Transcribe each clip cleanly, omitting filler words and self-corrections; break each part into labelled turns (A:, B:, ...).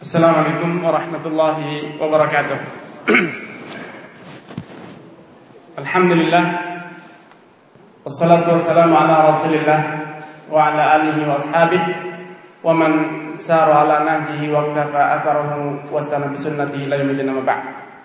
A: Assalamualaikum warahmatullahi wabarakatuh. Alhamdulillah, wassalatu wassalamu ala rasulillah wa ala alihi wa ashabihi wa man sara ala nahjihi wa iktafa atharahu wa istana bisunnati ila yaumil qiyamah ba'd.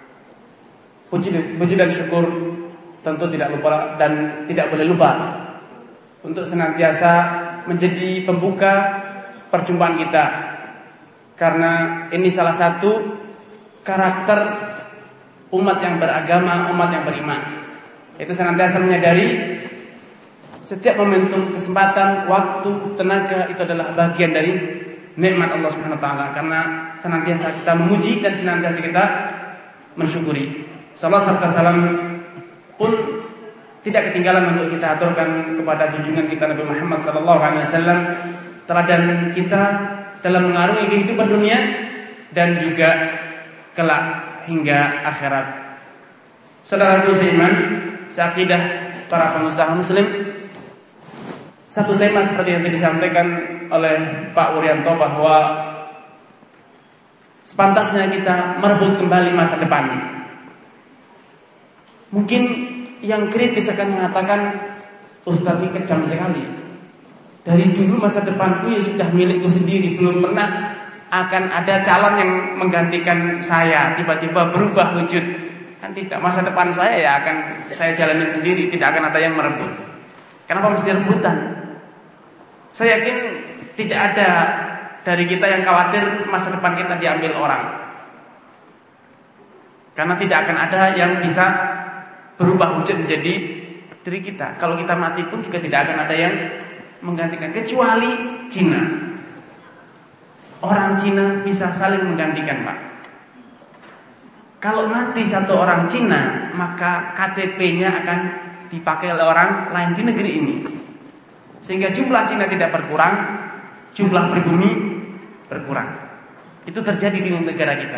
A: Puji dan syukur tentu tidak lupa dan tidak boleh lupa untuk senantiasa menjadi pembuka perjumpaan kita, karena ini salah satu karakter umat yang beragama, umat yang beriman, itu senantiasa menyadari setiap momentum, kesempatan, waktu, tenaga itu adalah bagian dari nikmat Allah Subhanahu wa taala, karena senantiasa kita memuji dan senantiasa kita mensyukuri. Salat serta salam pun tidak ketinggalan untuk kita aturkan kepada junjungan kita Nabi Muhammad SAW, teladan kita dalam mengarungi kehidupan dunia dan juga kelak hingga akhirat. Saudaraku seiman, seakidah para pengusaha muslim, satu tema seperti yang tadi disampaikan oleh Pak Wuryanto, bahwa sepantasnya kita merebut kembali masa depan. Mungkin yang kritis akan mengatakan, Ustaz ini kejam sekali. Dari dulu masa depanku ya sudah milikku sendiri, belum pernah akan ada calon yang menggantikan saya, tiba-tiba berubah wujud. Kan tidak, masa depan saya ya akan saya jalani sendiri, tidak akan ada yang merebut. Kenapa mesti rebutan? Saya yakin tidak ada dari kita yang khawatir masa depan kita diambil orang, karena tidak akan ada yang bisa berubah wujud menjadi diri kita. Kalau kita mati pun juga tidak akan ada yang menggantikan, kecuali Cina. Orang Cina bisa saling menggantikan, Pak. Kalau mati satu orang Cina, maka KTP-nya akan dipakai oleh orang lain di negeri ini, sehingga jumlah Cina tidak berkurang, jumlah pribumi berkurang. Itu terjadi di negara kita.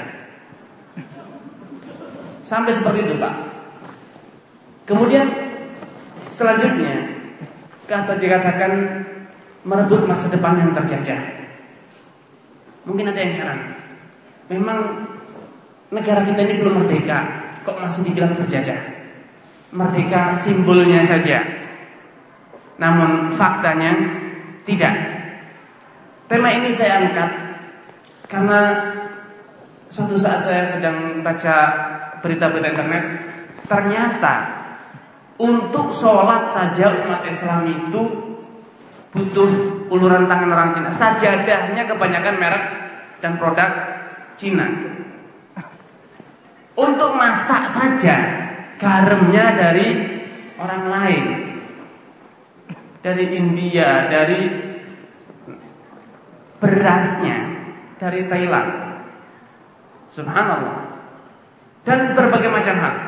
A: Sampai seperti itu, Pak. Kemudian selanjutnya dikatakan merebut masa depan yang terjajah. Mungkin ada yang heran, memang negara kita ini belum merdeka, kok masih dibilang terjajah? Merdeka simbolnya saja, namun faktanya tidak. Tema ini saya angkat karena suatu saat saya sedang baca berita-berita internet, ternyata untuk sholat saja umat Islam itu butuh uluran tangan orang Cina. Sajadahnya kebanyakan merek dan produk Cina. Untuk masak saja garamnya dari orang lain, dari India, dari berasnya dari Thailand. Subhanallah. Dan berbagai macam hal.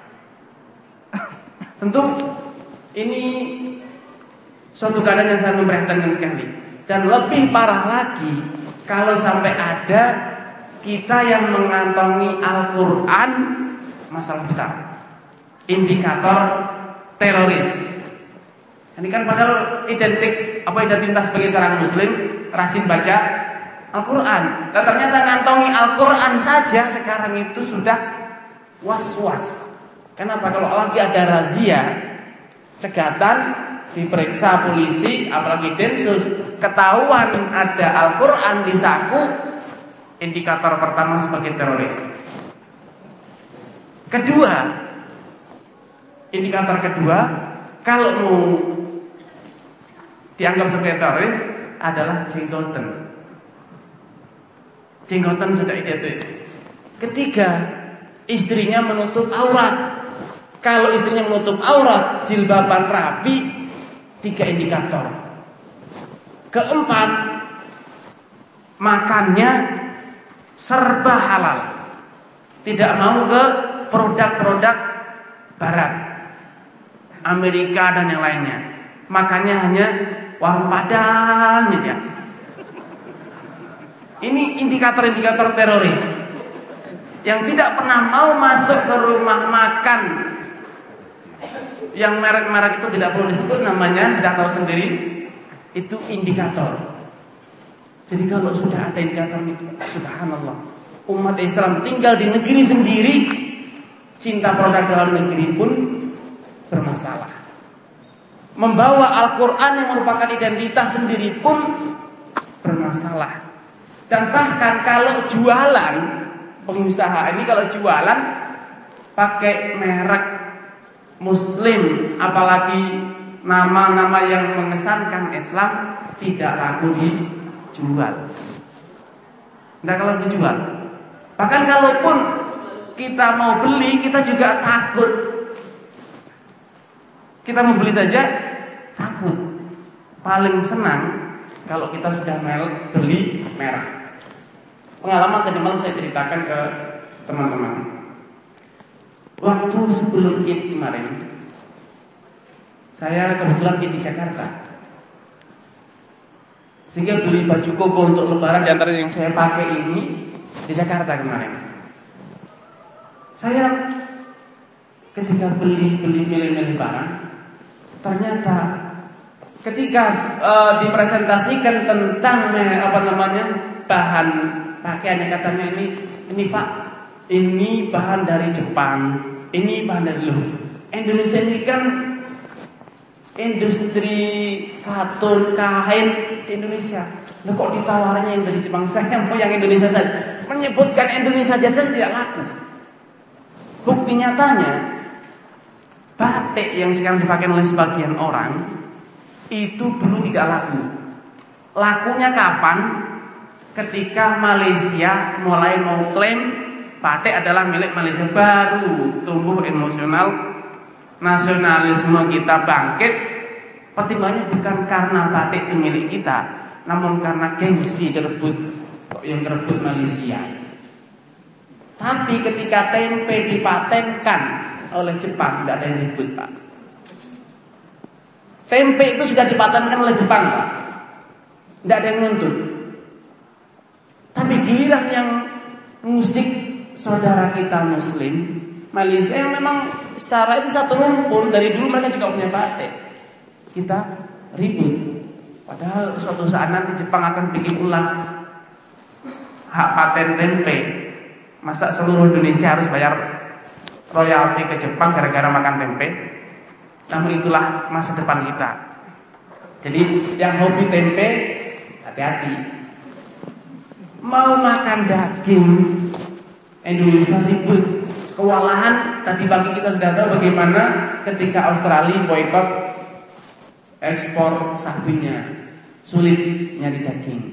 A: Tentu ini suatu keadaan yang sangat memprihatinkan sekali. Dan lebih parah lagi kalau sampai ada kita yang mengantongi Al-Quran, masalah besar. Indikator teroris. Ini kan padahal identitas sebagai seorang muslim, rajin baca Al-Quran. Dan ternyata ngantongi Al-Quran saja sekarang itu sudah was-was. Kenapa? Kalau lagi ada razia, cegatan, diperiksa polisi, apalagi Densus, ketahuan ada Al-Quran di saku, indikator pertama sebagai teroris. Kedua, indikator kedua, kalau mau dianggap sebagai teroris adalah jenggoten. Jenggoten sudah identik. Ketiga, istrinya menutup aurat. Kalau istrinya menutup aurat, jilbaban rapi, 3 indikator. Keempat, makannya serba halal, tidak mau ke produk-produk barat, Amerika dan yang lainnya. Makannya hanya warung Padang saja. Ini indikator-indikator teroris yang tidak pernah mau masuk ke rumah makan yang merek-merek itu tidak perlu disebut namanya, sudah tahu sendiri. Itu indikator. Jadi kalau sudah ada indikator ini, subhanallah, umat Islam tinggal di negeri sendiri, cinta produk dalam negeri pun bermasalah. Membawa Al-Quran yang merupakan identitas sendiri pun bermasalah. Dan bahkan kalau jualan, pengusaha ini kalau jualan pakai merek Muslim, apalagi nama-nama yang mengesankan Islam, tidak laku dijual. Tidak kalau dijual. Bahkan kalaupun kita mau beli, kita juga takut. Kita mau beli saja takut. Paling senang kalau kita sudah beli merek. Pengalaman tadi malam saya ceritakan ke teman-teman. Waktu sebelum Id kemarin, saya kebetulan di Jakarta, sehingga beli baju koko untuk lebaran, di antara yang saya pakai ini di Jakarta kemarin. Saya ketika milih barang, ternyata ketika dipresentasikan tentang bahan pakaian, katanya ini Pak, ini bahan dari Jepang, ini bahan dari Indonesia ini kan industri katun kain di Indonesia. Loh kok ditawarnya yang dari Jepang? Saya mau yang Indonesia saja. Menyebutkan Indonesia saja tidak laku. Bukti nyatanya, batik yang sekarang dipakai oleh sebagian orang itu dulu tidak laku. Lakunya kapan? Ketika Malaysia mulai mau klaim batik adalah milik Malaysia, baru tumbuh emosional nasionalisme kita bangkit. Pertimbangannya bukan karena batik itu milik kita, namun karena gengsi yang direbut Malaysia. Tapi ketika tempe dipatenkan oleh Jepang, tidak ada yang ribut, Pak. Tempe itu sudah dipatenkan oleh Jepang, Pak. Tidak ada yang nuntut. Tapi giliran yang musik saudara kita Muslim Malaysia, yang memang secara itu satu rumpun, dari dulu mereka juga punya batik, kita ribut. Padahal suatu saat nanti Jepang akan bikin ulang hak paten tempe. Masa seluruh Indonesia harus bayar royalti ke Jepang gara-gara makan tempe? Namun itulah masa depan kita. Jadi yang hobi tempe, hati-hati. Mau makan daging, Indonesia ribut. Kewalahan tadi pagi kita sudah tahu bagaimana ketika Australia boikot ekspor sapinya, sulit nyari daging.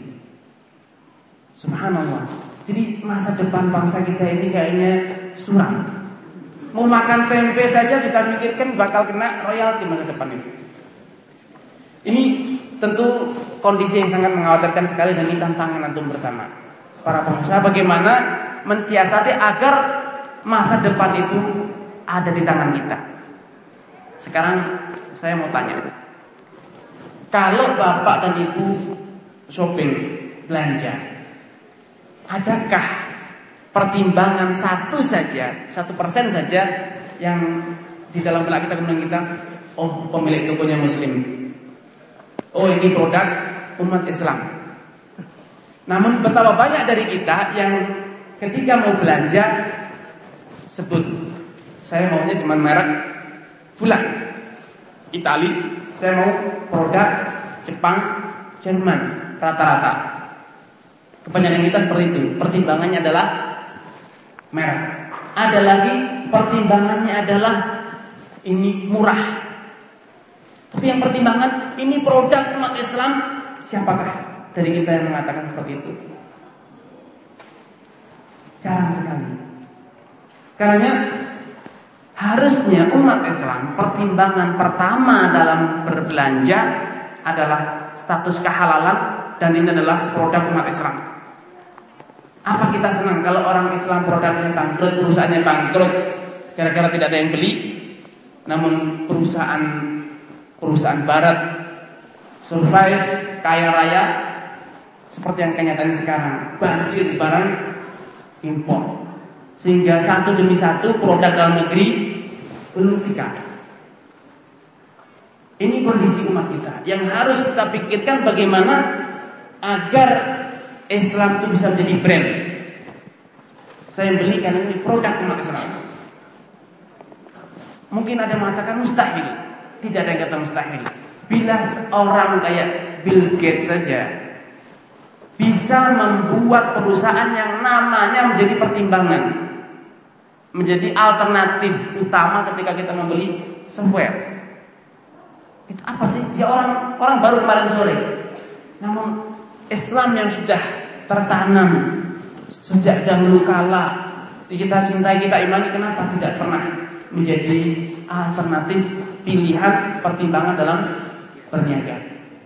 A: Subhanallah. Jadi masa depan bangsa kita ini kayaknya suram. Mau makan tempe saja sudah mikirkan bakal kena royalti masa depan itu. Ini tentu kondisi yang sangat mengkhawatirkan sekali, dan ini tantangan antum bersama para pengusaha bagaimana mensiasati agar masa depan itu ada di tangan kita. Sekarang saya mau tanya, kalau bapak dan ibu shopping, belanja, adakah pertimbangan 1% saja yang di dalam benak kita, kemudian kita, oh pemilik tokonya Muslim, oh ini produk umat Islam. Namun betapa banyak dari kita yang ketika mau belanja sebut, saya maunya cuma merek fulan, Itali, saya mau produk Jepang, Jerman, rata-rata. Kebanyakan kita seperti itu. Pertimbangannya adalah merek. Ada lagi pertimbangannya adalah ini murah. Tapi yang pertimbangan ini produk umat Islam, siapakah dari kita yang mengatakan seperti itu? Jarang sekali. Karena harusnya umat Islam pertimbangan pertama dalam berbelanja adalah status kehalalan, dan ini adalah produk umat Islam. Apa kita senang kalau orang Islam produknya bangkrut, perusahaannya bangkrut gara-gara tidak ada yang beli? Namun perusahaan barat survive, kaya raya, seperti yang kenyataannya sekarang, banjir barang impor, sehingga satu demi satu produk dalam negeri belum tingkat. Ini kondisi umat kita yang harus kita pikirkan bagaimana agar Islam itu bisa menjadi brand. Saya beli karena ini produk umat Islam. Mungkin ada yang mengatakan mustahil. Tidak ada yang kata mustahil. Bila orang kayak Bill Gates saja bisa membuat perusahaan yang namanya menjadi pertimbangan, menjadi alternatif utama ketika kita membeli software. Itu apa sih? Dia orang baru kemarin sore. Namun Islam yang sudah tertanam sejak dahulu kala, kita cintai, kita imani, kenapa tidak pernah menjadi alternatif pilihan pertimbangan dalam berniaga?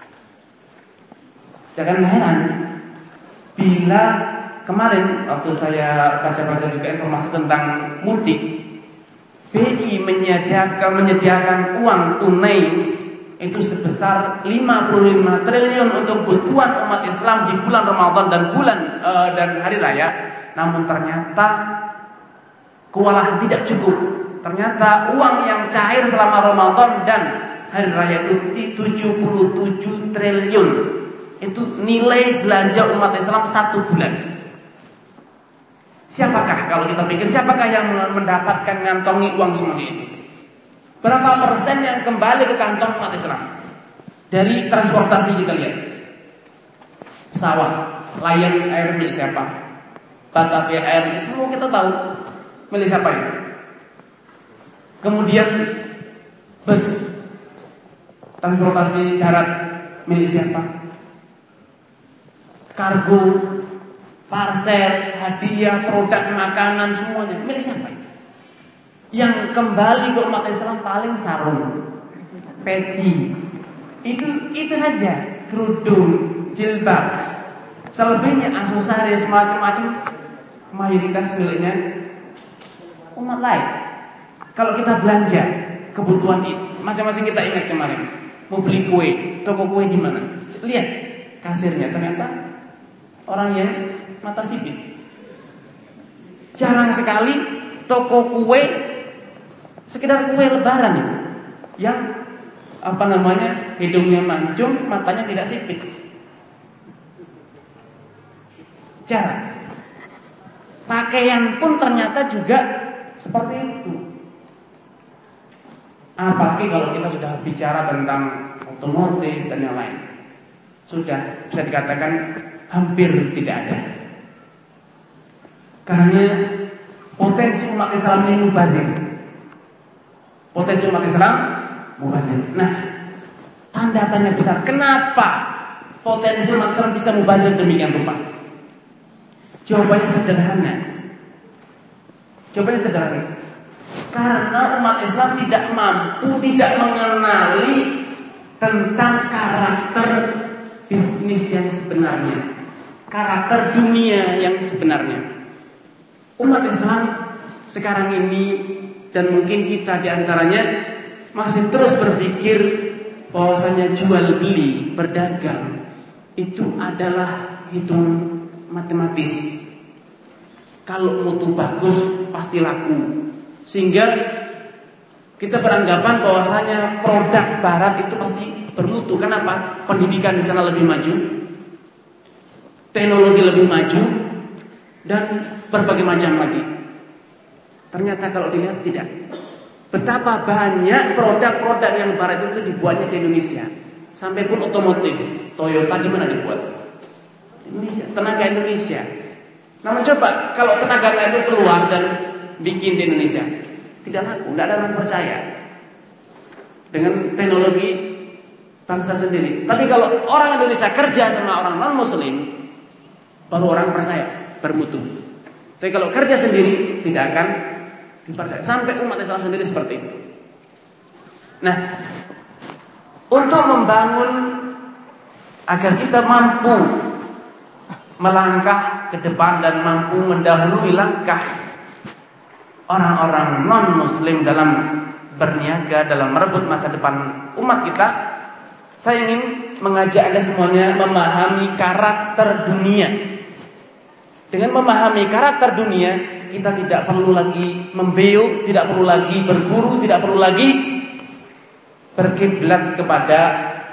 A: Jangan heran bila kemarin waktu saya baca-baca juga informasi tentang mudik, BI menyediakan uang tunai itu sebesar 55 triliun untuk kebutuhan umat Islam di bulan Ramadan dan hari raya. Namun ternyata kewalahan tidak cukup. Ternyata uang yang cair selama Ramadan dan hari raya itu 77 triliun. Itu nilai belanja umat Islam 1 bulan. Siapakah, kalau kita pikir, siapakah yang mendapatkan ngantongi uang semuanya itu? Berapa persen yang kembali ke kantong umat Islam? Dari transportasi kita lihat, pesawat, Lion Air milik siapa? Batavia Air, semua kita tahu milik siapa itu. Kemudian bus, transportasi darat milik siapa? Kargo, parcel, hadiah, produk makanan, semuanya milik siapa itu? Yang kembali ke umat Islam paling sarung, peci, itu saja, kerudung, jilbab. Selebihnya aksesoris macam-macam mayoritas miliknya umat lain. Kalau kita belanja kebutuhan itu, masing-masing kita ingat kemarin mau beli kue, toko kue di mana? Lihat kasirnya, ternyata orang yang mata sipit. Jarang sekali toko kue sekedar kue lebaran itu yang hidungnya mancung, matanya tidak sipit. Jarang. Pakaian pun ternyata juga seperti itu. Apalagi kalau kita sudah bicara tentang otomotif dan yang lain, sudah bisa dikatakan hampir tidak ada. Karena potensi umat Islam ini mubazir. Potensi umat Islam mubazir. Nah, tanda tanya besar, kenapa potensi umat Islam bisa mubazir demikian rupa? Jawabannya sederhana. Karena umat Islam tidak mampu, tidak mengenali tentang karakter bisnis yang sebenarnya, karakter dunia yang sebenarnya. Umat Islam sekarang ini, dan mungkin kita diantaranya, masih terus berpikir bahwasanya jual beli, berdagang itu adalah hitungan matematis. Kalau mutu bagus pasti laku. Sehingga kita beranggapan bahwasanya produk barat itu pasti bermutu. Kenapa? Pendidikan di sana lebih maju, teknologi lebih maju, dan berbagai macam lagi. Ternyata kalau dilihat tidak. Betapa banyak produk-produk yang barat itu dibuatnya di Indonesia. Sampai pun otomotif, Toyota di mana dibuat? Indonesia, tenaga Indonesia. Namun coba kalau tenaga itu keluar dan bikin di Indonesia, tidak laku, tidak ada orang percaya dengan teknologi bangsa sendiri. Tapi kalau orang Indonesia kerja sama orang non Muslim, baru orang percaya, bermutu. Tapi kalau kerja sendiri tidak akan dipercaya. Sampai umat Islam sendiri seperti itu. Nah, untuk membangun agar kita mampu melangkah ke depan dan mampu mendahului langkah orang-orang non-muslim dalam berniaga, dalam merebut masa depan umat kita, saya ingin mengajak Anda semuanya memahami karakter dunia. Dengan memahami karakter dunia, kita tidak perlu lagi membeu, tidak perlu lagi berguru, tidak perlu lagi berkiblat kepada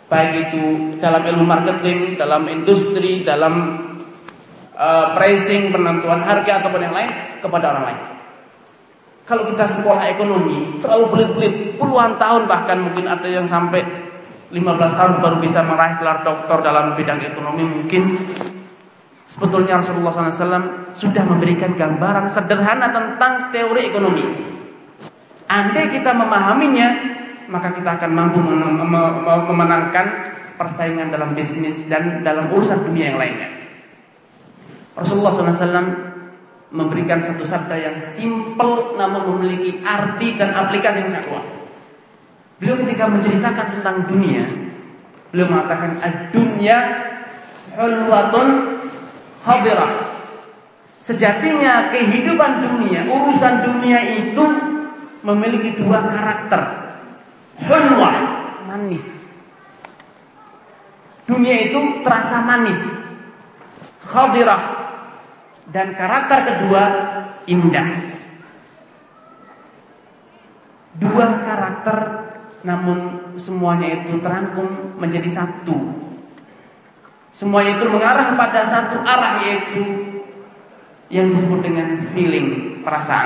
A: baik itu dalam ilmu marketing, dalam industri, dalam pricing, penentuan harga ataupun yang lain kepada orang lain. Kalau kita sekolah ekonomi terlalu belit-belit, puluhan tahun, bahkan mungkin ada yang sampai 15 tahun baru bisa meraih gelar doktor dalam bidang ekonomi, mungkin sebetulnya Rasulullah SAW sudah memberikan gambaran sederhana tentang teori ekonomi. Andai kita memahaminya, maka kita akan mampu memenangkan persaingan dalam bisnis dan dalam urusan dunia yang lainnya. Rasulullah SAW memberikan satu sabda yang simpel namun memiliki arti dan aplikasi yang sangat luas. Beliau ketika menceritakan tentang dunia, beliau mengatakan ad-dunya hulwatun khadirah. Sejatinya kehidupan dunia, urusan dunia itu memiliki dua karakter. Hulwah, manis. Dunia itu terasa manis. Khadirah, dan karakter kedua indah. Dua karakter, namun semuanya itu terangkum menjadi satu. Semuanya itu mengarah pada satu arah, yaitu yang disebut dengan feeling, perasaan.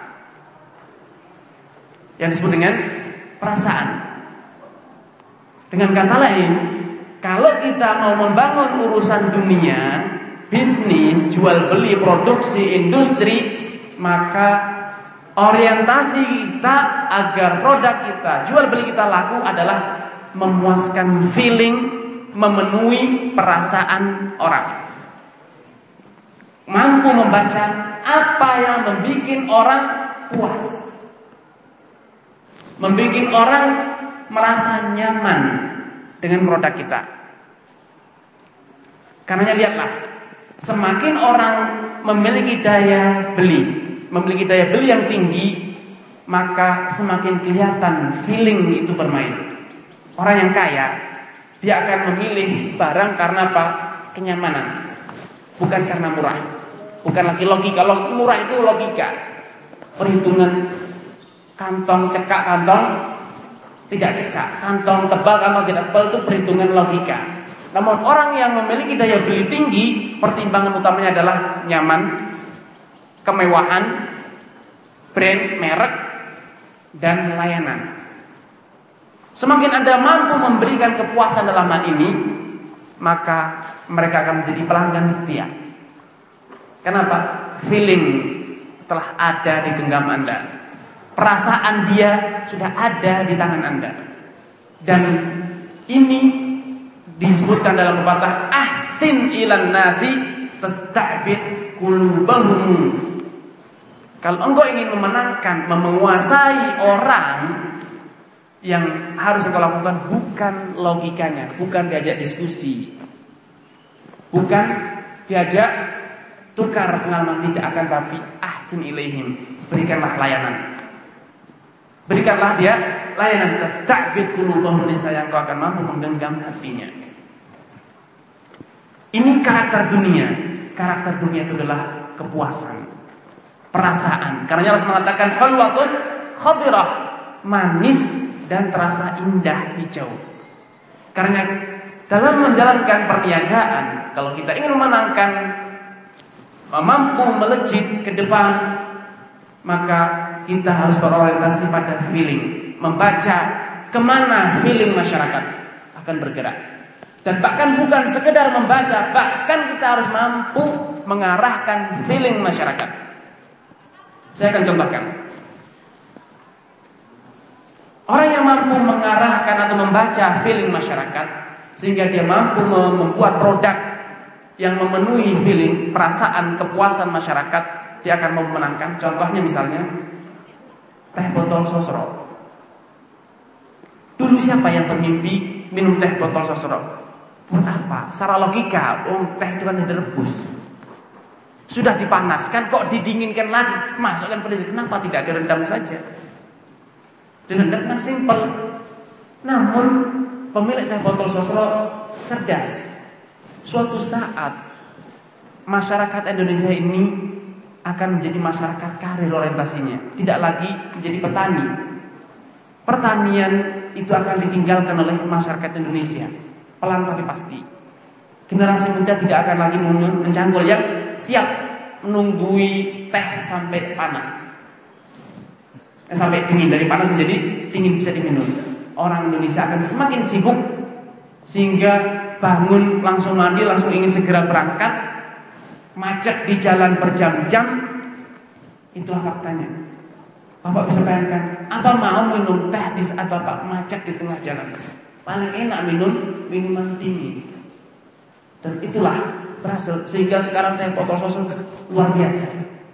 A: Yang disebut dengan perasaan. Dengan kata lain, kalau kita mau membangun urusan dunia, bisnis, jual beli, produksi, industri, maka orientasi kita agar produk kita, jual beli kita laku adalah memuaskan feeling, memenuhi perasaan orang. Mampu membaca apa yang membuat orang puas, membuat orang merasa nyaman dengan produk kita. Karenanya lihatlah, semakin orang memiliki daya beli yang tinggi, maka semakin kelihatan feeling itu bermain. Orang yang kaya, dia akan memilih barang karena apa? Kenyamanan, bukan karena murah. Bukan lagi logika. Kalau murah itu logika, perhitungan kantong cekak, kantong tidak cekak, kantong tebal, kantong tidak tebal, itu perhitungan logika. Namun orang yang memiliki daya beli tinggi, pertimbangan utamanya adalah nyaman, kemewahan, brand, merek, dan layanan. Semakin Anda mampu memberikan kepuasan dalam hal ini, maka mereka akan menjadi pelanggan setia. Kenapa? Feeling telah ada di genggam Anda. Perasaan dia sudah ada di tangan Anda. Dan ini disebutkan dalam pepatah, ahsin ilan nasi tasta'bid qulubahum. Kalau engkau ingin memenangkan, menguasai orang, yang harus engkau lakukan bukan logikanya, bukan diajak diskusi, bukan diajak tukar pengalaman, tidak akan, tapi ahsin ilaihim, berikanlah layanan. Berikanlah dia layanan, tasta'bid qulubahum, niscaya engkau akan mampu menggenggam hatinya. Ini karakter dunia. Karakter dunia itu adalah kepuasan, perasaan. Karena Rasul mengatakan hulwatun khadirah, manis dan terasa indah, hijau. Karena dalam menjalankan perniagaan, kalau kita ingin memenangkan, mampu melejit ke depan, maka kita harus berorientasi pada feeling, membaca kemana feeling masyarakat akan bergerak. Dan bahkan bukan sekedar membaca, bahkan kita harus mampu mengarahkan feeling masyarakat. Saya akan contohkan. Orang yang mampu mengarahkan atau membaca feeling masyarakat, sehingga dia mampu membuat produk yang memenuhi feeling, perasaan, kepuasan masyarakat, dia akan memenangkan. Contohnya misalnya teh botol sosro. Dulu siapa yang bermimpi minum teh botol sosro? Buat apa? Secara logika, teh itu kan direbus, sudah dipanaskan, kok didinginkan lagi, masukkan pedis. Kenapa tidak direndam saja? Direndam kan simpel. Namun pemilik teh botol sosro cerdas. Suatu saat masyarakat Indonesia ini akan menjadi masyarakat karir orientasinya, tidak lagi menjadi petani. Pertanian itu akan ditinggalkan oleh masyarakat Indonesia. Pelan tapi pasti. Generasi muda tidak akan lagi mencangkul, yang siap menunggui teh sampai panas, sampai dingin, dari panas menjadi dingin bisa diminum. Orang Indonesia akan semakin sibuk sehingga bangun langsung mandi, langsung ingin segera berangkat, macet di jalan berjam-jam. Itulah faktanya. Bapak bisa bayangkan, apa mau minum teh di saat Bapak macet di tengah jalan? Paling enak minum minuman dingin. Dan itulah berhasil, sehingga sekarang teh botol susu luar biasa,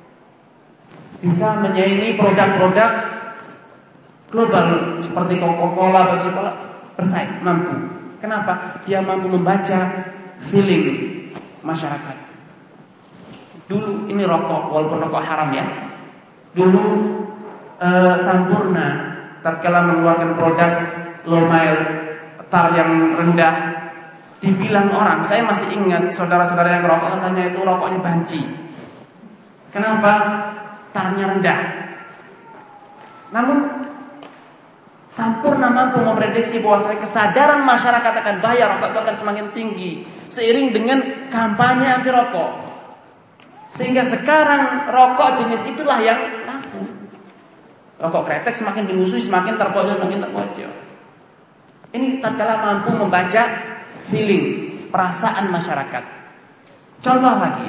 A: bisa menyaingi produk-produk global seperti Coca-Cola, Pepsi-Cola, bersaing, mampu. Kenapa? Dia mampu membaca feeling masyarakat. Dulu ini rokok, walaupun rokok haram ya. Dulu Sampurna tatkala mengeluarkan produk low mile, tar yang rendah, dibilang orang, saya masih ingat saudara-saudara yang merokok katanya itu rokoknya banci. Kenapa? Tarnya rendah. Namun Sampurna mampu memprediksi bahwasanya kesadaran masyarakat akan bahaya rokok itu akan semakin tinggi seiring dengan kampanye anti rokok. Sehingga sekarang rokok jenis itulah yang laku. Rokok kretek semakin dimusuhi, semakin terpojok. Ini tatkala mampu membaca feeling, perasaan masyarakat. Contoh lagi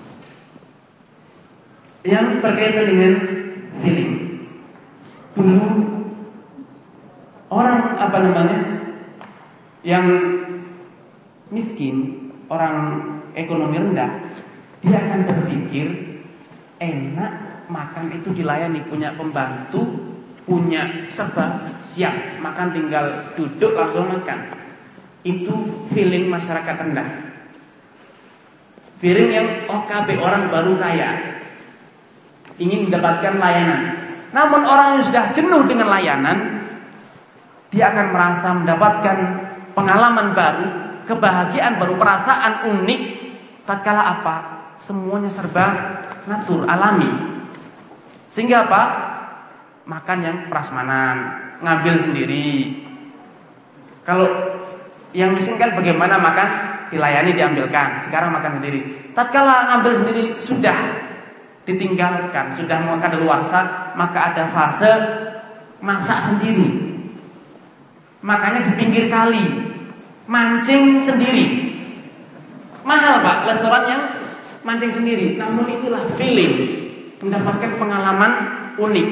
A: yang berkaitan dengan feeling. Dulu orang yang miskin, orang ekonomi rendah, dia akan berpikir enak makan itu dilayani, punya pembantu, punya serba siap, makan tinggal duduk langsung makan. Itu feeling masyarakat rendah. Feeling yang OKB, orang baru kaya, ingin mendapatkan layanan. Namun orang yang sudah jenuh dengan layanan, dia akan merasa mendapatkan pengalaman baru, kebahagiaan baru, perasaan unik. Tatkala apa? Semuanya serba natur, alami. Sehingga apa? Makan yang prasmanan, ngambil sendiri. Kalau yang miskin kan bagaimana makan? Dilayani, diambilkan. Sekarang makan sendiri. Tatkala ngambil sendiri sudah ditinggalkan, sudah mau kadaluarsa, maka ada fase masak sendiri. Makanya di pinggir kali, mancing sendiri. Mahal Pak, restoran yang mancing sendiri. Namun itulah feeling, mendapatkan pengalaman unik.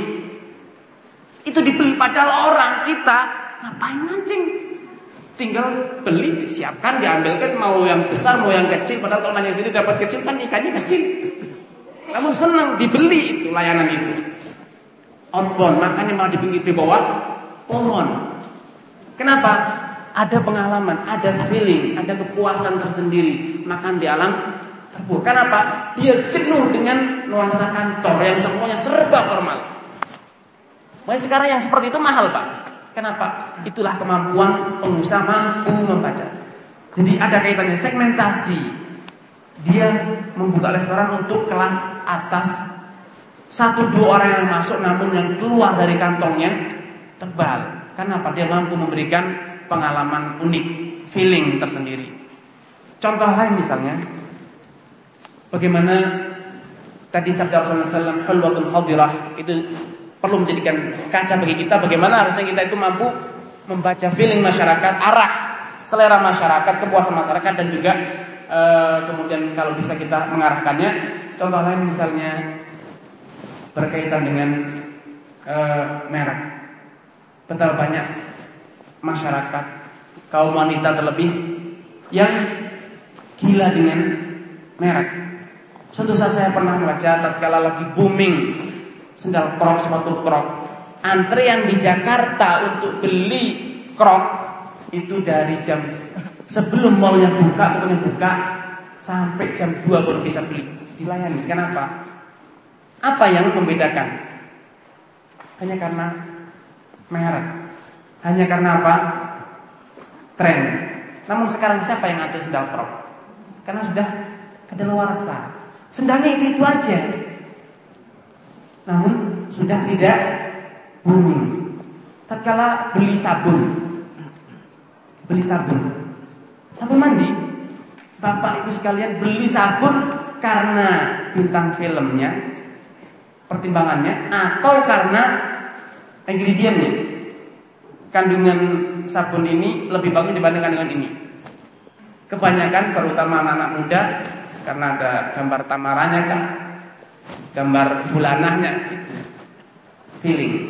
A: Itu dibeli, padahal orang kita ngapain mancing? Tinggal beli, disiapkan, diambilkan, mau yang besar, mau yang kecil. Padahal kalau mancing sendiri dapat kecil kan ikannya kecil. Namun senang dibeli itu, layanan itu. Outbound, makanya malah di pinggir, di bawah pohon. Kenapa? Ada pengalaman, ada feeling, ada kepuasan tersendiri. Makan di alam terbuka. Kenapa? Dia jenuh dengan nuansa kantor yang semuanya serba formal. Makanya sekarang yang seperti itu mahal Pak. Kenapa? Itulah kemampuan pengusaha mampu membaca. Jadi ada kaitannya segmentasi. Dia membuka restoran untuk kelas atas, 1-2 orang yang masuk, namun yang keluar dari kantongnya tebal. Kenapa? Dia mampu memberikan pengalaman unik, feeling tersendiri. Contoh lain misalnya, bagaimana tadi sabda Rasulullah SAW, hulwatul hadirah, itu perlu menjadikan kaca bagi kita. Bagaimana harusnya kita itu mampu membaca feeling masyarakat, arah selera masyarakat, kepuasan masyarakat, dan juga kemudian kalau bisa kita mengarahkannya. Contoh lain misalnya berkaitan dengan merek. Betapa banyak masyarakat, kaum wanita terlebih, yang gila dengan merek. Suatu saat saya pernah membaca tatkala lagi booming sendal krok, sepatu krok, antrean di Jakarta untuk beli krok itu dari jam sebelum mallnya buka, tokonya buka, sampai jam 2 baru bisa beli, dilayani. Kenapa? Apa yang membedakan? Hanya karena merek. Hanya karena apa? Tren. Namun sekarang siapa yang ngatur sendal krok? Karena sudah kadaluarsa. Sendalnya itu aja. Namun sudah tidak booming. tatkala beli sabun mandi, Bapak Ibu sekalian beli sabun karena bintang filmnya, pertimbangannya, atau karena ingredientnya. Kandungan sabun ini lebih bagus dibanding kandungan ini. Kebanyakan terutama anak-anak muda karena ada gambar tamaranya kan, gambar bulanahnya, feeling.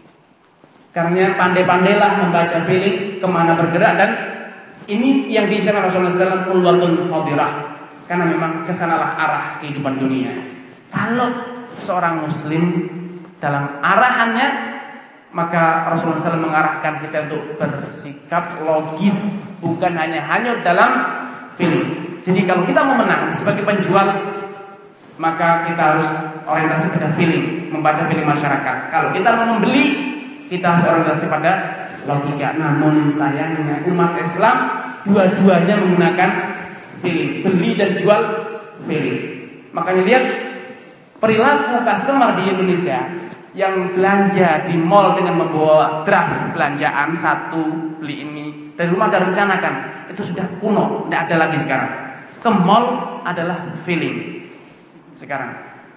A: Karena pandai-pandailah membaca feeling kemana bergerak, dan ini yang diisyaratkan Rasulullah SAW ulwatun hadirah, karena memang kesanalah arah kehidupan dunia. Kalau seorang muslim dalam arahannya, maka Rasulullah SAW mengarahkan kita untuk bersikap logis, bukan hanya hanyut dalam feeling. Jadi kalau kita mau menang sebagai penjual, maka kita harus orientasi pada feeling, membaca feeling masyarakat. Kalau kita mau membeli, kita harus orientasi pada logika. Namun sayangnya umat Islam dua-duanya menggunakan feeling, beli dan jual feeling. Makanya lihat perilaku customer di Indonesia yang belanja di mall dengan membawa draft belanjaan, satu beli ini, dari rumah ada rencanakan, itu sudah kuno, tidak ada lagi sekarang. Ke mall adalah feeling sekarang.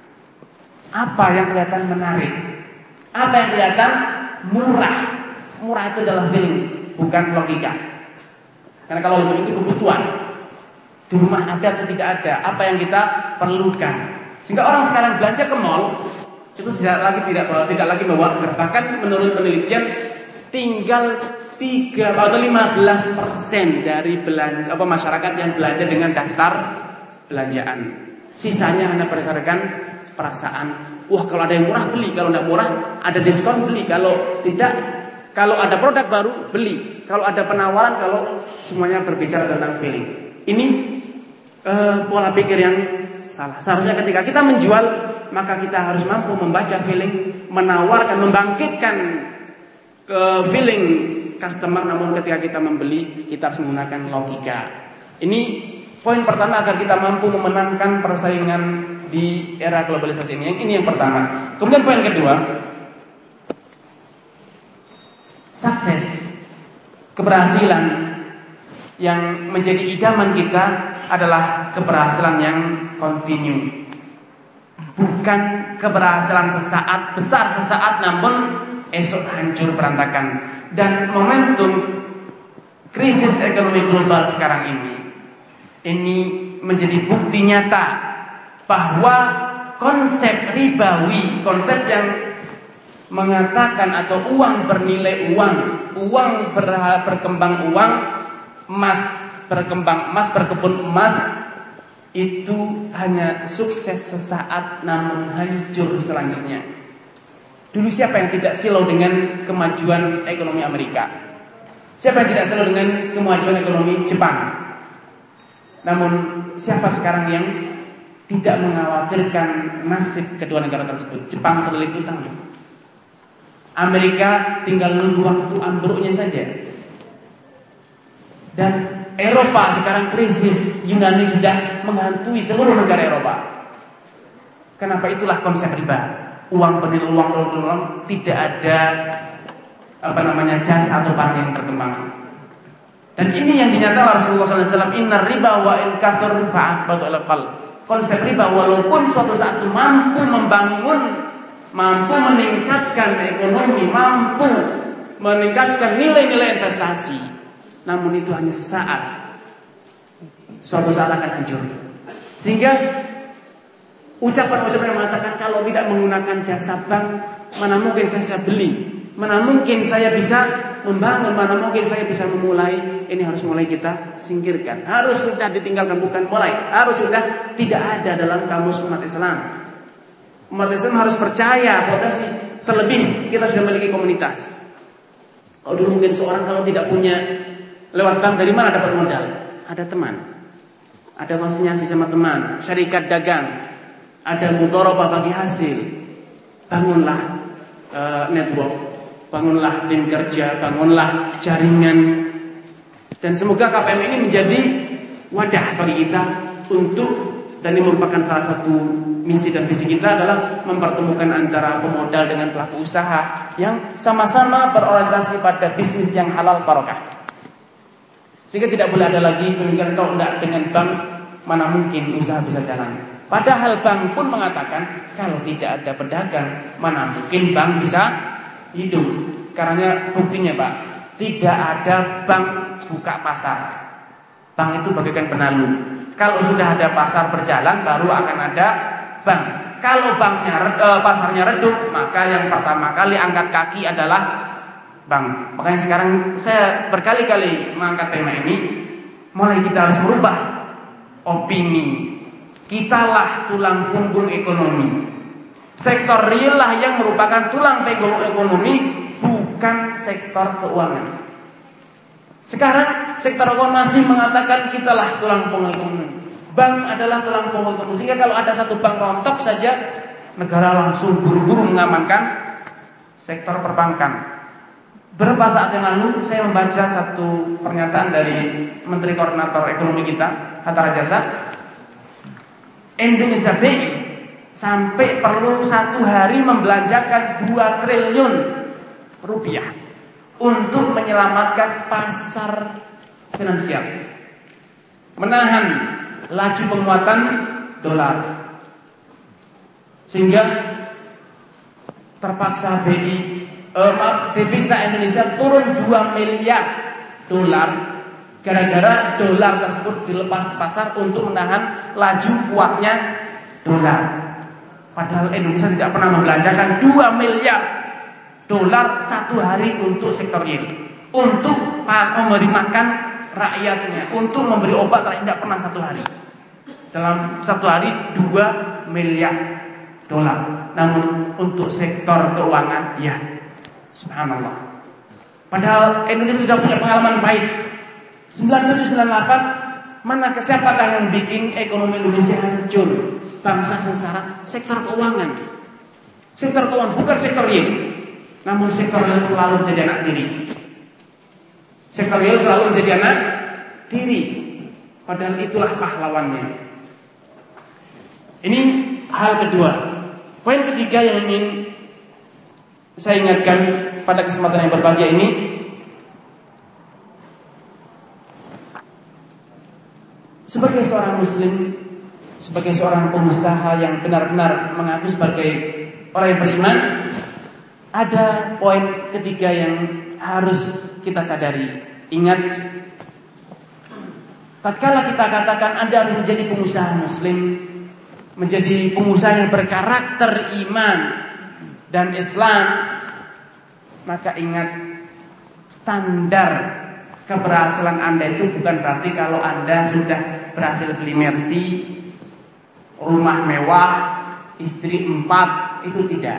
A: Apa yang kelihatan menarik, apa yang kelihatan murah itu adalah feeling, bukan logika. Karena kalau logika itu kebutuhan, di rumah ada atau tidak ada, apa yang kita perlukan. Sehingga orang sekarang belanja ke mall itu tidak lagi bawa draft. Bahkan menurut penelitian tinggal 3 atau 15% dari belanja masyarakat yang belanja dengan daftar belanjaan. Sisanya hanya berdasarkan perasaan. Wah, kalau ada yang murah beli, kalau tidak murah ada diskon beli, kalau tidak, kalau ada produk baru beli, kalau ada penawaran, kalau semuanya berbicara tentang feeling. Ini pola pikir yang salah. Seharusnya ketika kita menjual, maka kita harus mampu membaca feeling, menawarkan, membangkitkan feeling customer. Namun ketika kita membeli, kita harus menggunakan logika. Ini poin pertama agar kita mampu memenangkan persaingan di era globalisasi ini. Ini yang pertama. Kemudian poin kedua, sukses, keberhasilan yang menjadi idaman kita adalah keberhasilan yang kontinu, bukan keberhasilan sesaat, besar sesaat namun esok hancur berantakan. Dan momentum krisis ekonomi global sekarang ini menjadi bukti nyata bahwa konsep ribawi, konsep yang mengatakan atau uang bernilai uang berkembang uang, emas berkembang emas, berkebun emas, itu hanya sukses sesaat namun hancur selanjutnya. Dulu siapa yang tidak silau dengan kemajuan ekonomi Amerika? Siapa yang tidak silau dengan kemajuan ekonomi Jepang? Namun siapa sekarang yang tidak mengkhawatirkan nasib kedua negara tersebut? Jepang terlilit utang, Amerika tinggal nunggu waktu ambruknya saja. Dan Eropa sekarang krisis, Yunani sudah menghantui seluruh negara Eropa. Kenapa? Itulah konsep riba. Uang bernilai uang, tidak ada jasa atau barang yang berkembang. Dan ini yang dinyatakan Rasulullah SAW, inna riba wa in kathur fa'aqbatu al-qalb. Konsep riba walaupun suatu saat itu mampu membangun, mampu meningkatkan ekonomi, mampu meningkatkan nilai-nilai investasi, namun itu hanya sesaat. Suatu saat akan hancur. Sehingga ucapan-ucapan yang mengatakan kalau tidak menggunakan jasa bank, mana mungkin saya beli, mana mungkin saya bisa membangun, mana mungkin saya bisa memulai. Ini harus mulai kita singkirkan. Harus sudah ditinggalkan, bukan mulai. Harus sudah tidak ada dalam kamus umat Islam. Umat Islam harus percaya potensi. Terlebih kita sudah memiliki komunitas. Kalau dulu mungkin seorang kalau tidak punya lewat bank, dari mana dapat modal? Ada teman, ada konsinyasi sama teman, syarikat dagang, ada mudharabah bagi hasil. Bangunlah network, bangunlah tim kerja, bangunlah jaringan. Dan semoga KPM ini menjadi wadah bagi kita untuk dan ini merupakan salah satu misi dan visi kita adalah mempertemukan antara pemodal dengan pelaku usaha yang sama-sama berorientasi pada bisnis yang halal barokah. Sehingga tidak boleh ada lagi pemikiran kalau enggak dengan bank mana mungkin usaha bisa jalan. Padahal bank pun mengatakan kalau tidak ada pedagang mana mungkin bank bisa hidup. Karena buktinya Pak, tidak ada bank buka pasar. Bank itu bagaikan penalu. Kalau sudah ada pasar berjalan baru akan ada bank. Kalau pasarnya redup, maka yang pertama kali angkat kaki adalah bank. Makanya sekarang saya berkali-kali mengangkat tema ini. Mulai kita harus merubah opini. Kitalah tulang punggung ekonomi. Sektor real lah yang merupakan tulang punggung ekonomi, bukan sektor keuangan. Sekarang sektor keuangan masih mengatakan kitalah tulang punggung ekonomi. Bank adalah tulang punggung ekonomi. Sehingga kalau ada satu bank rontok saja, negara langsung buru-buru mengamankan sektor perbankan. Beberapa saat yang lalu saya membaca satu pernyataan dari Menteri Koordinator Ekonomi kita, Hatta Rajasa. Indonesia BI sampai perlu satu hari membelanjakan 2 triliun rupiah untuk menyelamatkan pasar finansial, menahan laju penguatan dolar, sehingga terpaksa devisa Indonesia turun 2 miliar dolar gara-gara dolar tersebut dilepas ke pasar untuk menahan laju kuatnya dolar. Padahal Indonesia tidak pernah membelanjakan 2 miliar dolar satu hari untuk sektor real, untuk memberi makan rakyatnya, untuk memberi obat rakyat, tidak pernah satu hari. Dalam satu hari 2 miliar dolar. Namun untuk sektor keuangan, ya subhanallah. Padahal Indonesia sudah punya pengalaman baik. 97-98, mana siapakah yang bikin ekonomi Indonesia hancur, bangsa sengsara? Sektor keuangan. Sektor keuangan, bukan sektor real. Namun sektor real selalu menjadi anak tiri. Sektor real selalu menjadi anak tiri. Padahal itulah pahlawannya. Ini hal kedua. Poin ketiga yang ingin saya ingatkan pada kesempatan yang berbahagia ini, sebagai seorang muslim, sebagai seorang pengusaha yang benar-benar mengaku sebagai orang yang beriman, ada poin ketiga yang harus kita sadari. Ingat, tatkala kita katakan Anda harus menjadi pengusaha muslim, menjadi pengusaha yang berkarakter iman dan Islam, maka ingat, standar keberhasilan Anda itu bukan berarti kalau Anda sudah berhasil beli Mercy, rumah mewah, istri 4, itu tidak.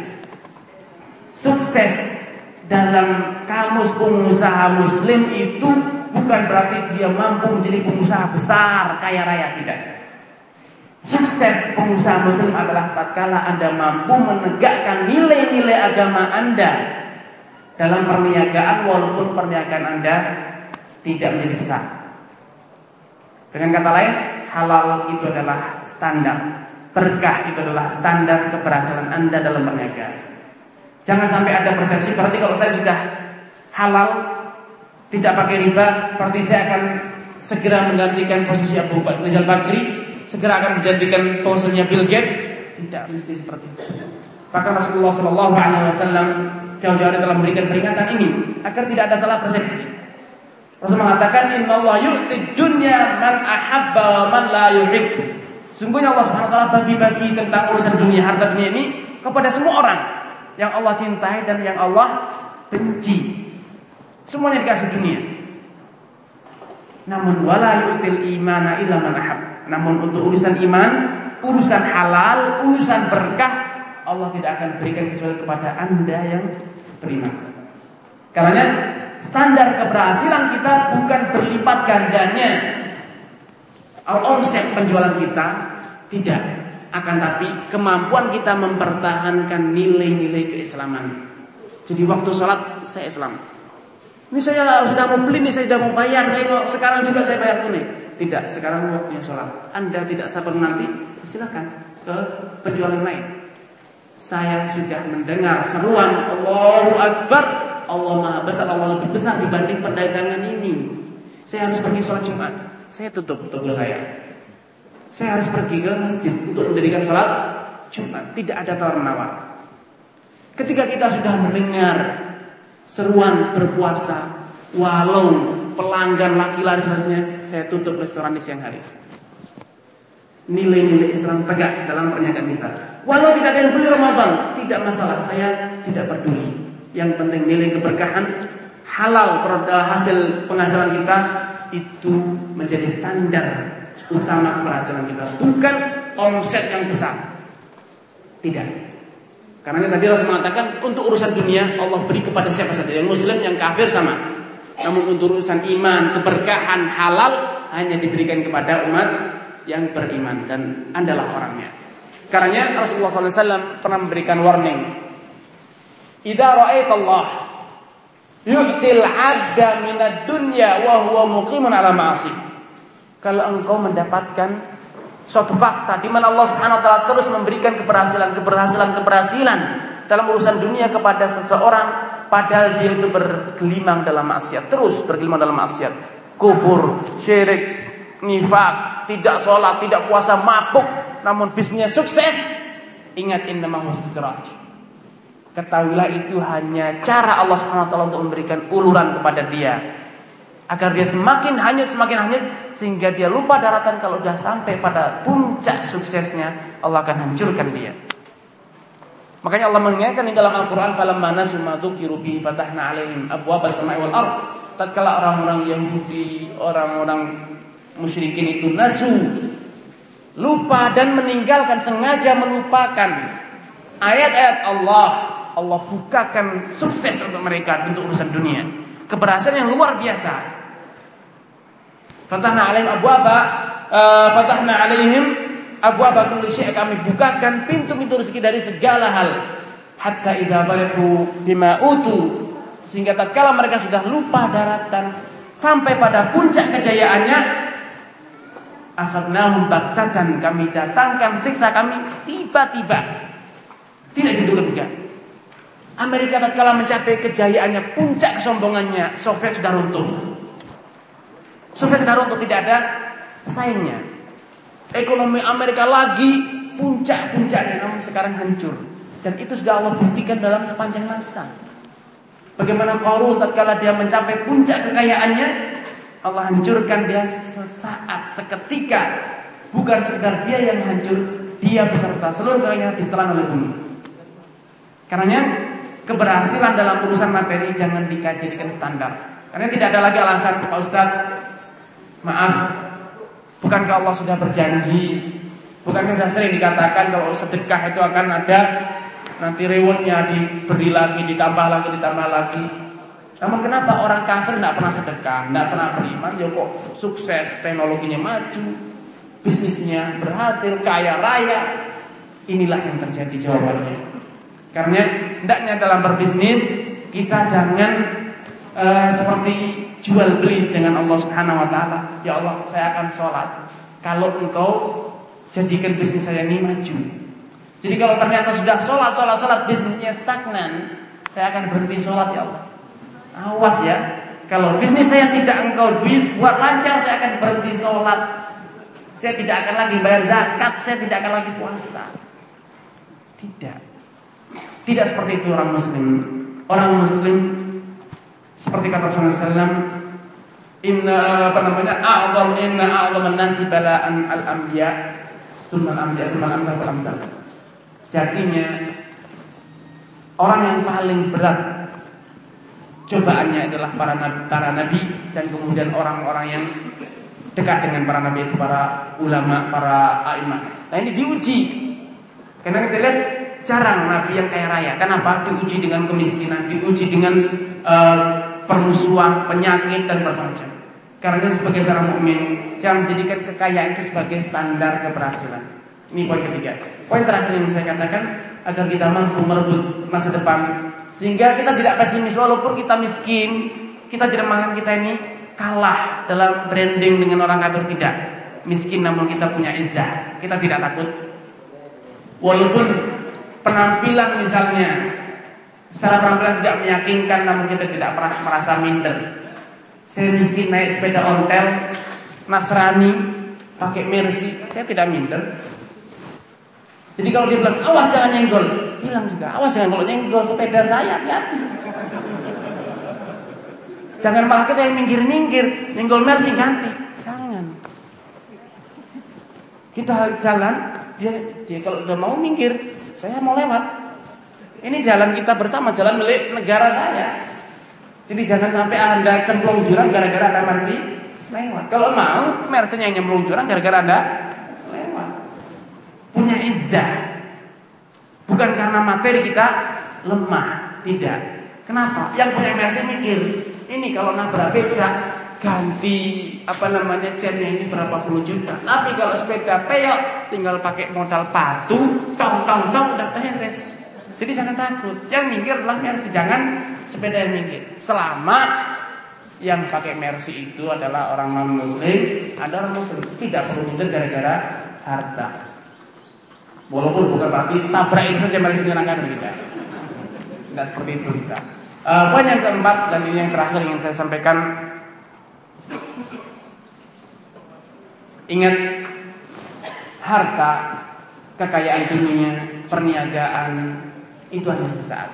A: Sukses dalam kamus pengusaha muslim itu bukan berarti dia mampu menjadi pengusaha besar, kaya raya, tidak. Sukses pengusaha muslim adalah tatkala Anda mampu menegakkan nilai-nilai agama Anda dalam perniagaan, walaupun perniagaan Anda tidak menjadi besar. Dengan kata lain, halal itu adalah standar, berkah itu adalah standar keberhasilan Anda dalam perniagaan. Jangan sampai ada persepsi berarti kalau saya sudah halal, tidak pakai riba, berarti saya akan segera menggantikan posisi Abu Rizal Bakri, segera akan menjadikan posisinya Bill Gates. Tidak mesti seperti itu. Bahkan Rasulullah SAW jauh-jauh hari telah memberikan peringatan ini agar tidak ada salah persepsi. Rasul mengatakan, Innallaha yu'tid dunya man ahabba man la yuhib. Sungguhnya Allah Subhanahu wa taala bagi-bagi tentang urusan dunia, harta dunia ini kepada semua orang yang Allah cintai dan yang Allah benci. Semuanya dikasih dunia. Namun wala yu'til imana illa man ahab. Namun untuk urusan iman, urusan halal, urusan berkah, Allah tidak akan berikan kecuali kepada Anda yang beriman. Karena standar keberhasilan kita bukan berlipat gandanya omset penjualan kita, tidak. Akan tapi kemampuan kita mempertahankan nilai-nilai keislaman. Jadi waktu sholat saya Islam. Ini saya sudah mau beli, ini saya sudah mau bayar, sekarang juga saya bayar tunai. Tidak, sekarang waktunya sholat. Anda tidak sabar nanti, silakan ke penjual yang lain. Saya sudah mendengar seruan Allahu Akbar, Allah Maha Besar, Allah lebih besar dibanding perdagangan ini. Saya harus pergi sholat Jumat. Saya tutup toko saya. Saya harus pergi ke masjid untuk mendirikan sholat Jumat. Tidak ada tawar-menawar. Ketika kita sudah mendengar seruan berpuasa, walau pelanggan laki-laki seharusnya, saya tutup restoran di siang hari. Nilai-nilai Islam tegak dalam pernyataan kita. Walau tidak ada yang beli Ramadan, tidak masalah, saya tidak peduli. Yang penting nilai keberkahan, halal hasil penghasilan kita itu menjadi standar utama keberhasilan kita, bukan omset yang besar. Tidak. Karena tadi Rasul mengatakan untuk urusan dunia Allah beri kepada siapa saja, yang muslim, yang kafir sama. Namun untuk urusan iman, keberkahan, halal hanya diberikan kepada umat yang beriman, dan Andalah orangnya. Karena Rasulullah SAW pernah memberikan warning. Idza ra'aitallah yu'til 'abda minad dunya wa huwa muqimun 'ala ma'asi. Kalau engkau mendapatkan suatu fakta di mana Allah Subhanahu wa taala terus memberikan keberhasilan dalam urusan dunia kepada seseorang, padahal dia itu bergelimang dalam maksiat, terus bergelimang dalam maksiat, kufur, syirik, nifak, tidak sholat, tidak puasa, mabuk, namun bisnisnya sukses. Ingat, innama huwa istidraj. Ketahuilah itu hanya cara Allah Subhanahu wa taala untuk memberikan uluran kepada dia, agar dia semakin hanyut sehingga dia lupa daratan. Kalau sudah sampai pada puncak suksesnya, Allah akan hancurkan dia. Makanya Allah mengingatkan di dalam Al-Quran, falamma nasu ma dzukiru bihi fatahna 'alaihim abwaabas samaa'i wal ardh. Tatkala orang-orang Yahudi, orang-orang musyrikin itu nasu, lupa dan meninggalkan, sengaja melupakan ayat-ayat Allah, Allah bukakan sukses untuk mereka untuk urusan dunia, keberhasilan yang luar biasa. Fatahna 'alaihim abwaaba kulli syai', kami bukakan pintu-pintu rezeki dari segala hal. Hatta idza barihu bima utu, sehingga tatkala mereka sudah lupa daratan sampai pada puncak kejayaannya, akhadnahum baghtatan, kami datangkan siksa kami tiba-tiba, tidak diduga-duga. Amerika tatkala mencapai kejayaannya, puncak kesombongannya, Soviet sudah runtuh. Tidak ada pesaingnya. Ekonomi Amerika lagi puncak-puncaknya, namun sekarang hancur. Dan itu sudah Allah buktikan dalam sepanjang masa. Bagaimana Qarun tatkala dia mencapai puncak kekayaannya, Allah hancurkan dia sesaat, seketika. Bukan sekedar dia yang hancur, dia beserta seluruh kekayaan ditelan oleh bumi. Karenanya keberhasilan dalam urusan materi jangan dijadikan standar. Karena tidak ada lagi alasan, Pak Ustadz, maaf, bukankah Allah sudah berjanji? Bukankah sudah sering dikatakan kalau sedekah itu akan ada nanti rewardnya, diberi lagi, ditambah lagi. Namun kenapa orang kafir tidak pernah sedekah, tidak pernah beriman, ya kok sukses, teknologinya maju, bisnisnya berhasil, kaya raya? Inilah yang terjadi jawabannya. Karena hendaknya dalam berbisnis kita jangan seperti jual beli dengan Allah Subhanahu wa taala. Ya Allah, saya akan sholat kalau engkau jadikan bisnis saya ini maju. Jadi kalau ternyata sudah sholat bisnisnya stagnan, saya akan berhenti sholat, ya Allah. Awas ya, kalau bisnis saya tidak engkau buat lancar, saya akan berhenti sholat. Saya tidak akan lagi bayar zakat, saya tidak akan lagi puasa. Tidak seperti itu orang muslim. Orang muslim seperti kata Rasulullah SAW, inna a'zaman nasi bala'an al-anbiya, tsumma al-amthal. Sejatinya orang yang paling berat cobaannya adalah para nabi, dan kemudian orang-orang yang dekat dengan para nabi itu para ulama, para a'imah. Nah ini diuji. Karena kita lihat jarang nabi yang kaya raya. Kenapa? Diuji dengan kemiskinan, diuji dengan permusuhan, penyakit dan bermacam. Karena sebagai seorang mukmin jangan menjadikan kekayaan itu sebagai standar keberhasilan. Ini poin ketiga. Poin terakhir yang saya katakan, agar kita mampu merebut masa depan, sehingga kita tidak pesimis walaupun kita miskin, kita tidak makan kita ini kalah dalam branding dengan orang kafir, tidak. Miskin namun kita punya izzah, kita tidak takut. Walaupun penampilan misalnya secara penampilan tidak meyakinkan, namun kita tidak pernah merasa minder. Saya miskin naik sepeda ontel Nasrani pakai Mercy, saya tidak minder. Jadi kalau dia bilang awas jangan nyenggol, bilang juga awas jangan kalau nyenggol sepeda saya, hati-hati. Jangan malah kita yang minggir-minggir, nyenggol Mercy ganti. Jangan. Kita jalan, dia kalau udah mau minggir, saya mau lewat. Ini jalan kita bersama, jalan milik negara saya. Jadi jangan sampai Anda cemplung jurang gara-gara Anda Mercy lewat. Kalau mau, Mercy yang nyemplung jurang gara-gara Anda lewat. Punya izzah. Bukan karena materi kita lemah, tidak. Kenapa? Yang punya Mercy mikir, ini kalau nabrak becak ganti chainnya ini berapa puluh juta. Tapi kalau sepeda peyok tinggal pakai modal batu, tong udah beres. Jadi jangan takut. Yang minggir adalah Mercy, jangan sepeda yang minggir. Selama yang pakai Mercy itu adalah orang non muslim, ada orang muslim, tidak perlu minder gara-gara harta. Walaupun bukan berarti tabrakin saja Mercy nyerangkan kita. Tidak seperti itu kita. Poin yang keempat dan ini yang terakhir ingin saya sampaikan. Ingat, harta, kekayaan dunia, perniagaan itu hanya sesaat.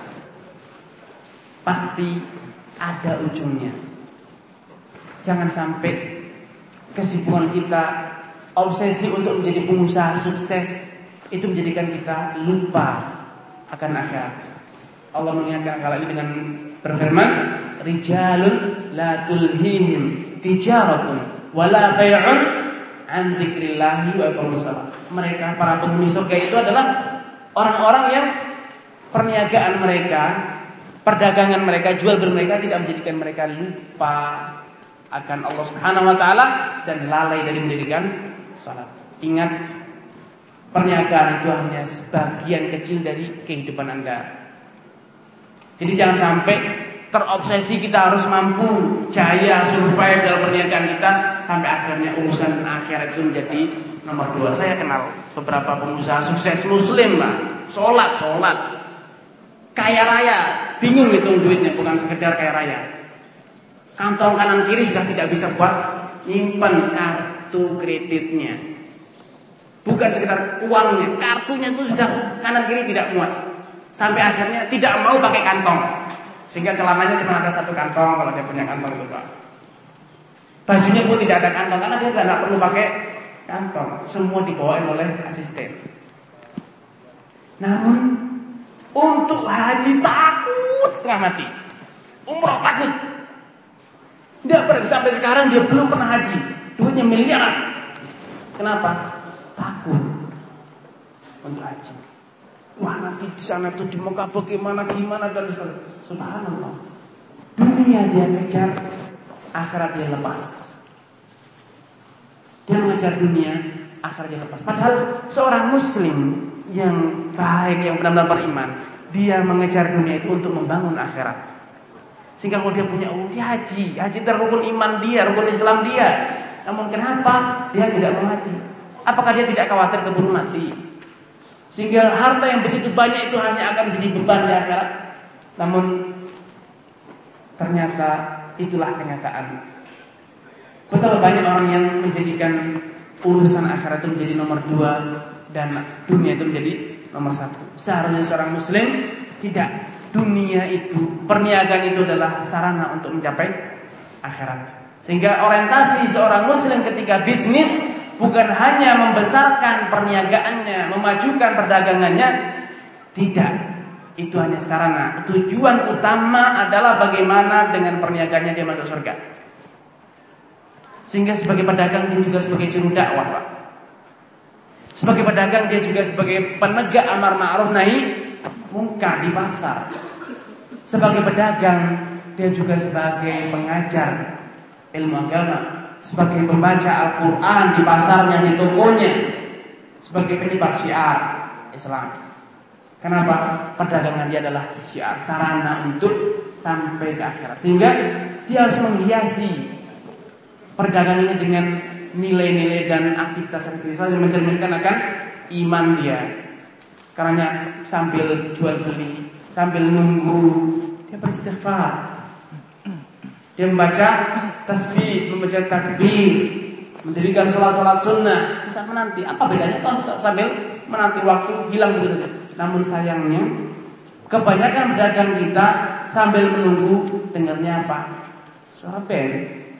A: Pasti ada ujungnya. Jangan sampai kesibukan kita, obsesi untuk menjadi pengusaha sukses itu menjadikan kita lupa akan akhirat. Allah mengingatkan kali ini dengan berfirman, rijalun la tulhihim tijaratun wala bai'un an dzikrillahi wa iqamis shalah. Mereka para penghuni surga itu adalah orang-orang yang perniagaan mereka, perdagangan mereka, jual beli mereka tidak menjadikan mereka lupa akan Allah Subhanahu wa taala dan lalai dari mendirikan salat. Ingat, perniagaan itu hanya sebagian kecil dari kehidupan Anda. Jadi jangan sampai terobsesi kita harus mampu jaya survive dalam perniagaan kita sampai akhirnya urusan akhirat itu menjadi nomor 2. Saya kenal beberapa pengusaha sukses muslim, Pak. Sholat, kaya raya, bingung hitung duitnya, bukan sekedar kaya raya. Kantong kanan kiri sudah tidak bisa buat nyimpan kartu kreditnya. Bukan sekedar uangnya, kartunya itu sudah kanan kiri tidak muat. Sampai akhirnya tidak mau pakai kantong. Sehingga celananya cuma ada satu kantong kalau dia punya kantong itu, Pak. Bajunya pun tidak ada kantong karena dia tidak perlu pakai kantong. Semua dibawain oleh asisten. Namun untuk haji takut setengah mati. Umroh takut. Tidak pernah, sampai sekarang dia belum pernah haji. Duitnya miliaran. Kenapa? Takut untuk haji. Wah, nanti di sana tuh di Mekah bagaimana dan sebagainya. Subhanallah. Dunia dia kejar, akhirat dia lepas. Dia mengejar dunia, akhirat dia lepas. Padahal seorang muslim yang baik, yang benar-benar beriman, dia mengejar dunia itu untuk membangun akhirat. Sehingga kalau dia punya uang, dia haji terrukun iman dia, rukun Islam dia. Namun kenapa dia tidak mau haji? Apakah dia tidak khawatir keburu mati? Sehingga harta yang begitu banyak itu hanya akan menjadi beban di akhirat. Namun ternyata itulah kenyataan. Betapa banyak orang yang menjadikan urusan akhirat itu menjadi nomor 2 dan dunia itu menjadi nomor 1. Seharusnya seorang muslim tidak. Dunia itu, perniagaan itu adalah sarana untuk mencapai akhirat. Sehingga orientasi seorang muslim ketika bisnis bukan hanya membesarkan perniagaannya, memajukan perdagangannya, tidak. Itu hanya sarana. Tujuan utama adalah bagaimana dengan perniagaannya dia masuk surga. Sehingga sebagai pedagang dia juga sebagai juru dakwah, Pak. Sebagai pedagang dia juga sebagai penegak amar ma'ruf nahi munkar di pasar. Sebagai pedagang dia juga sebagai pengajar ilmu agama. Sebagai pembaca Al-Quran di pasarnya, di tokonya. Sebagai penyebar syiar Islam. Kenapa? Perdagangan dia adalah syiar, sarana untuk sampai ke akhirat. Sehingga dia harus menghiasi perdagangannya dengan nilai-nilai dan aktivitas yang mencerminkan akan iman dia. Karena sambil jual beli, sambil nunggu, dia beristighfar, dia membaca tasbih, membaca takbir, mendirikan sholat sunnah, bisa menanti. Apa bedanya kalau sambil menanti waktu hilang begitu saja? Namun sayangnya kebanyakan pedagang kita sambil menunggu dengarnya apa? Suara band,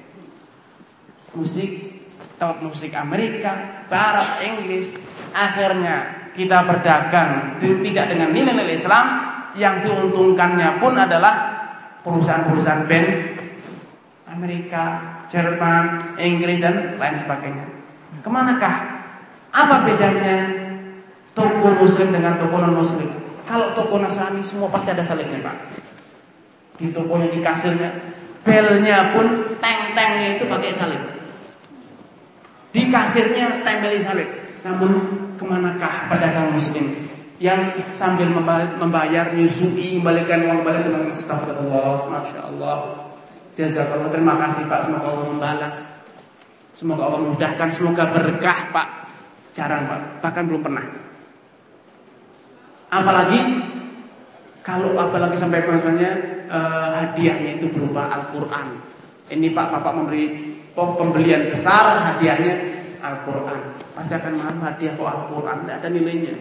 A: musik Amerika, Barat, Inggris. Akhirnya kita berdagang tidak dengan nilai-nilai Islam. Yang diuntungkannya pun adalah perusahaan-perusahaan band Amerika, Jerman, Inggris dan lain sebagainya. Kemanakah? Apa bedanya toko muslim dengan toko non muslim? Kalau toko Nasrani semua pasti ada salibnya, Pak. Di tokonya, di kasirnya, belnya pun teng-tengnya itu pakai salib. Di kasirnya tempeli salib. Namun kemanakah pedagang muslim yang sambil membayar, nyusui, kembalikan uang balik dengan astagfirullah, masya Allah, jazakallah, terima kasih Pak, semoga Allah membalas, semoga Allah memudahkan, semoga berkah Pak. Jarang Pak, bahkan belum pernah. Apalagi sampai misalnya hadiahnya itu berupa Al-Quran. Ini Pak, Bapak memberi pembelian besar, hadiahnya Al-Quran. Pasti akan mahal hadiah kok Al-Quran, tidak ada nilainya.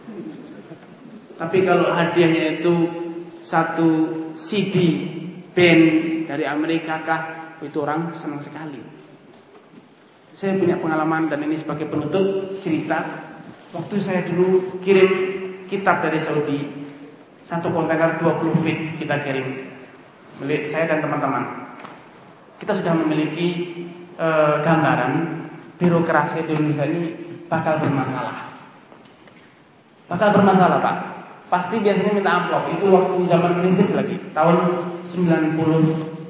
A: Tapi kalau hadiahnya itu satu CD band dari Amerika kah, itu orang senang sekali. Saya punya pengalaman dan ini sebagai penutup cerita. Waktu saya dulu kirim kitab dari Saudi, satu kontainer 20 feet kita kirim, milik saya dan teman-teman. Kita sudah memiliki gambaran birokrasi di Indonesia ini bakal bermasalah. Bakal bermasalah Pak. Pasti biasanya minta amplop. Itu waktu zaman krisis lagi, tahun 99.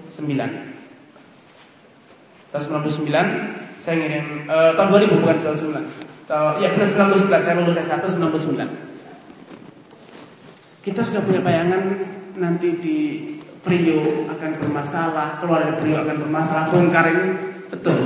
A: Tahun 99 saya ngirim tahun 2000 bukan 99. Iya benar 99, saya lulus S1 99. Kita sudah punya bayangan nanti di Priok akan bermasalah, keluar dari Priok akan bermasalah, bongkar ini betul.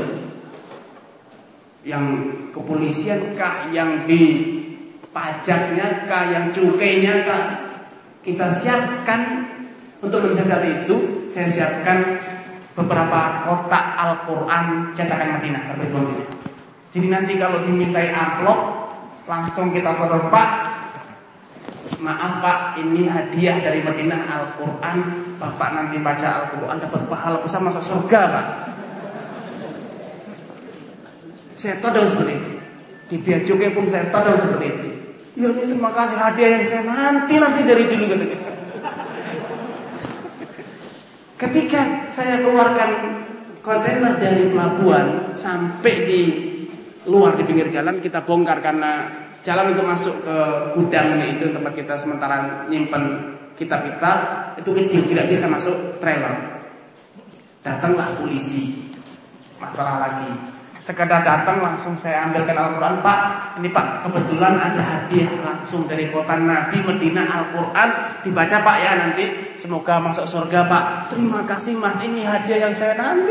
A: Yang kepolisian kah, yang di pajaknya kah, yang cukainya kah, kita siapkan untuk mensiasati itu. Saya siapkan beberapa kotak Al-Quran cetakan Madinah, terbaik Madinah. Jadi nanti kalau dimintai amplop, langsung kita foto, Pak, maaf Pak, ini hadiah dari Madinah Al-Quran. Bapak nanti baca Al-Quran dapat pahala besar, masuk surga Pak. Saya todong seperti itu. Di Bea Cukai pun saya todong seperti itu. Ya ini terima kasih hadiah yang saya nanti dari dulu katanya. Ketika saya keluarkan kontainer dari pelabuhan sampai di luar di pinggir jalan, kita bongkar karena jalan untuk masuk ke gudang itu tempat kita sementara nyimpen kitab kita itu kecil, tidak bisa masuk trailer. Datanglah polisi, masalah lagi. Sekedar datang langsung saya ambilkan Al-Quran, Pak, ini Pak kebetulan ada hadiah langsung dari kota Nabi Madinah Al-Quran, dibaca Pak ya nanti, semoga masuk surga Pak. Terima kasih Mas, ini hadiah yang saya nanti.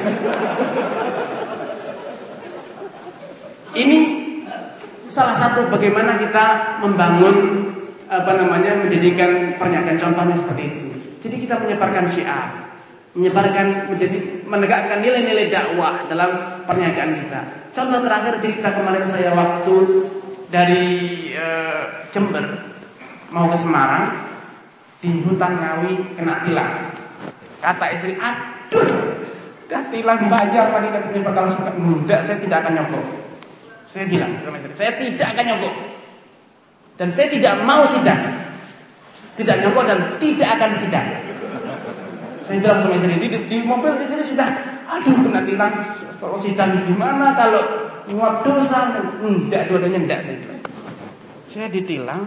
A: Ini salah satu bagaimana kita membangun menjadikan pernyataan contohnya seperti itu. Jadi kita menyebarkan syiar, menegakkan nilai-nilai dakwah dalam perniagaan kita. Contoh terakhir cerita kemarin saya waktu dari Jember mau ke Semarang, di hutan Ngawi kena tilang. Kata istri, aduh, dah tilang bayar tadi katanya bakal suka. Enggak, saya tidak akan nyogok. Saya bilang sama istri, saya tidak akan nyogok. Dan saya tidak mau sidang. Tidak nyogok dan tidak akan sidang. Saya bilang sama istri, di mobil istri sudah, aduh kena tilang, kalau sidang gimana kalau nyuap dosa? Enggak, dua-duanya enggak, saya bilang. Saya ditilang.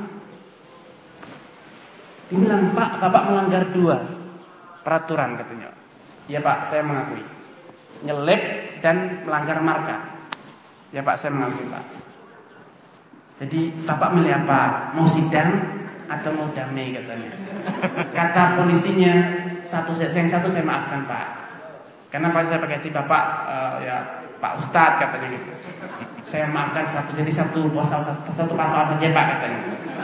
A: Dibilang, Pak, Bapak melanggar 2 peraturan katanya. Ya Pak, saya mengakui. Nyelip dan melanggar marka. Ya Pak, saya mengakui Pak. Jadi Bapak milih apa? Mau sidang atau mau damai katanya. Kata polisinya, yang satu saya maafkan Pak. Kenapa saya pakai haji Bapak? Ya Pak Ustadz katanya gitu. Saya maafkan satu pasal saja Pak katanya.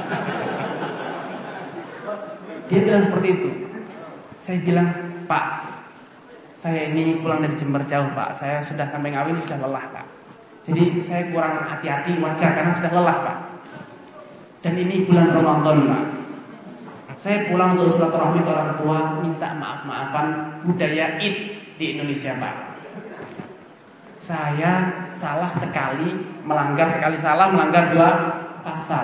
A: Dia bilang seperti itu. Saya bilang, Pak, saya ini pulang dari Jember jauh Pak. Saya sudah sampai Ngawi ini sudah lelah Pak. Jadi saya kurang hati-hati wajar karena sudah lelah Pak. Dan ini bulan Ramadan Pak. Saya pulang untuk silaturahmi orang tua, minta maaf-maafan budaya Id di Indonesia Pak. Saya salah sekali, melanggar 2 pasal.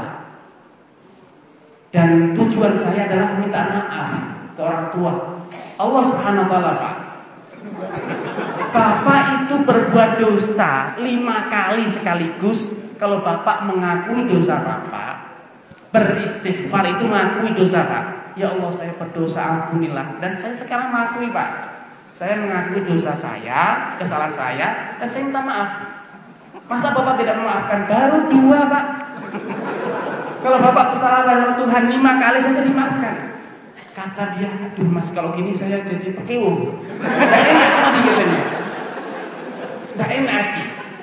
A: Dan tujuan saya adalah minta maaf ke orang tua. Allah Subhanahu wa taala Pak. Bapak itu berbuat dosa 5 kali sekaligus. Kalau Bapak mengakui dosa Bapak, beristighfar itu mengakui dosa Pak. Ya Allah saya berdosa, ampunilah. Dan saya sekarang mengakui Pak. Saya mengakui dosa saya, kesalahan saya, dan saya minta maaf. Masa Bapak tidak memaafkan? Baru 2 Pak. Kalau Bapak kesalahan sama Tuhan 5 kali saja dimaafkan. Kata dia, aduh mas kalau gini saya jadi pekewo. Gak enak hati katanya. Gak enak hati.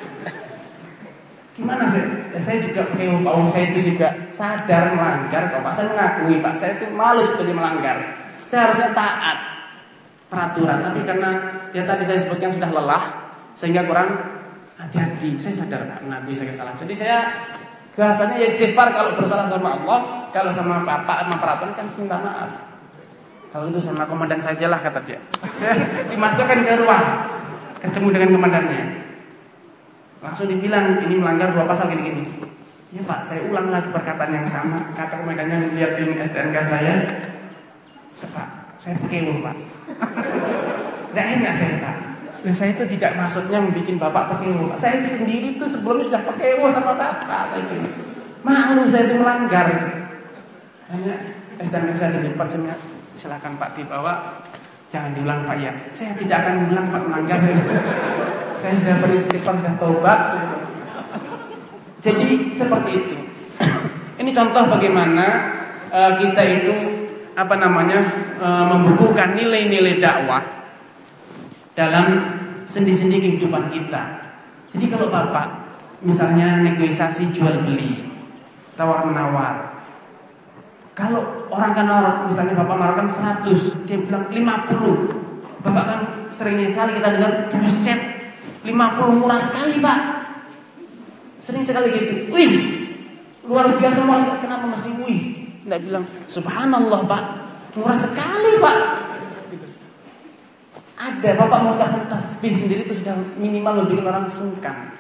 A: Gimana saya? Ya, saya juga pekewo Pak. Saya itu juga sadar melanggar kok Pak. Saya mengakui Pak, saya itu malu sebetulnya melanggar. Saya harusnya taat peraturan. Tapi karena ya tadi saya sebutkan sudah lelah, sehingga kurang hati-hati. Saya sadar Pak, mengakui saya kesalahan. Jadi saya bahasanya ya istighfar kalau bersalah sama Allah. Kalau sama bapak sama peraturan kan minta maaf. Kalau itu sama komandan sajalah kata dia. Saya dimasukkan ke ruang, ketemu dengan komandannya. Langsung dibilang ini melanggar 2 pasal gini-gini. Ya Pak, saya ulang lagi perkataan yang sama. Kata komandannya lihat di STNK saya. Pak, saya pekewo Pak. Tidak enak saya Pak. Dan saya itu tidak maksudnya membuat Bapak pekewo. Saya sendiri itu sebelumnya sudah pekewo sama Bapak. Saya itu malu, saya itu melanggar. Hanya STNK saya di depan saya. Silakan Pak dibawa. Jangan diulang Pak ya. Saya tidak akan mengulang Pak melanggar. Saya sudah beristighfar dan taubat. Jadi seperti itu. Ini contoh bagaimana kita itu membukukan nilai-nilai dakwah dalam sendi-sendi kehidupan kita. Jadi kalau Bapak misalnya negosiasi jual beli, tawar menawar. Kalau orang kan misalnya Bapak menawarkan 100, dia bilang 50. Bapak kan seringnya kali kita dengar buset 50 murah sekali Pak. Sering sekali gitu. Wih, luar biasa murah sekali. Kenapa Mas? Wih, tidak bilang subhanallah Pak, murah sekali Pak. Gitu. Ada Bapak mengucapkan tasbih sendiri itu sudah minimal membuat orang sungkan.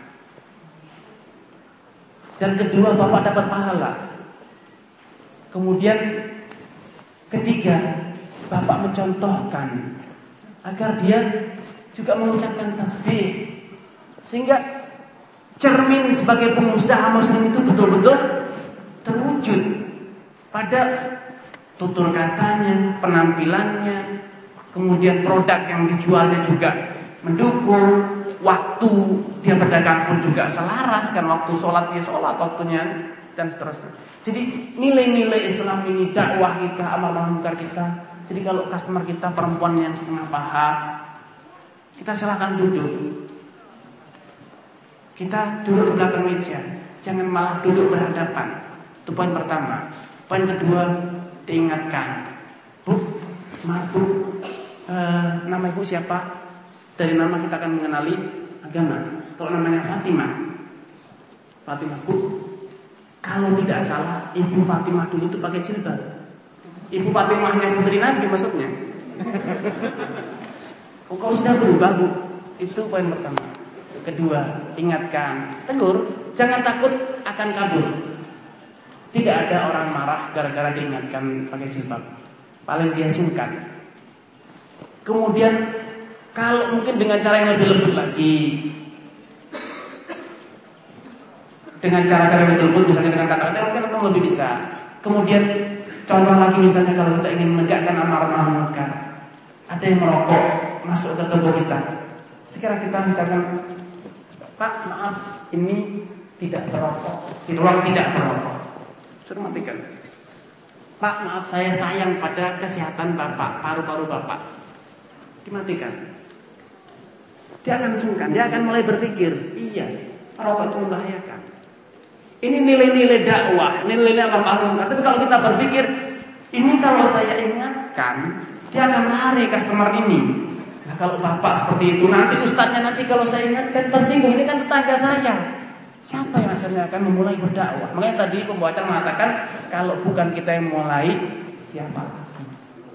A: Dan kedua Bapak dapat pahala. Kemudian ketiga, Bapak mencontohkan agar dia juga mengucapkan tasbih, sehingga cermin sebagai pengusaha muslim itu betul-betul terwujud pada tutur katanya, penampilannya, kemudian produk yang dijualnya juga mendukung, waktu dia berdagang pun juga selaras, kan waktu sholat dia sholat waktunya, dan seterusnya. Jadi nilai-nilai Islam ini, dakwah kita, amal ma'ruf munkar kita. Jadi kalau customer kita perempuan yang setengah paham, kita silakan duduk. Kita duduk di belakang meja, jangan malah duduk berhadapan. Itu poin pertama. Poin kedua, diingatkan, Bu, maaf Bu, nama ibu siapa? Dari nama kita akan mengenali agama. Kalau namanya Fatimah, Bu, kalau tidak salah, Ibu Fatimah dulu itu pakai jilbab. Ibu Fatimahnya putri Nabi maksudnya. Kau sudah berubah Bu. Itu poin pertama. Kedua, ingatkan, tegur, jangan takut akan kabur. Tidak ada orang marah gara-gara diingatkan pakai jilbab. Paling dia sungkan. Kemudian, kalau mungkin dengan cara yang lebih lembut lagi, dengan cara-cara yang lembut, misalnya dengan kata-kata mungkin akan lebih bisa. Kemudian contoh lagi misalnya kalau kita ingin menegakkan amar ma'ruf munkar, ada yang merokok masuk ke tubuh kita, sekarang kita katakan, Pak maaf ini tidak perokok, tidak perokok, suruh matikan. Pak maaf saya sayang pada kesehatan Bapak, paru-paru Bapak, dimatikan. Dia akan sungkan, dia akan mulai berpikir, iya, rokok itu membahayakan. Ini nilai-nilai dakwah, nilai-nilai Allah. Tapi kalau kita berpikir, ini kalau saya ingatkan, dia akan lari customer ini. Nah, kalau bapak seperti itu, nanti ustadznya nanti kalau saya ingatkan tersinggung, ini kan tetangga saya. Siapa yang akhirnya akan memulai berdakwah? Makanya tadi pembaca mengatakan, kalau bukan kita yang mulai, siapa lagi?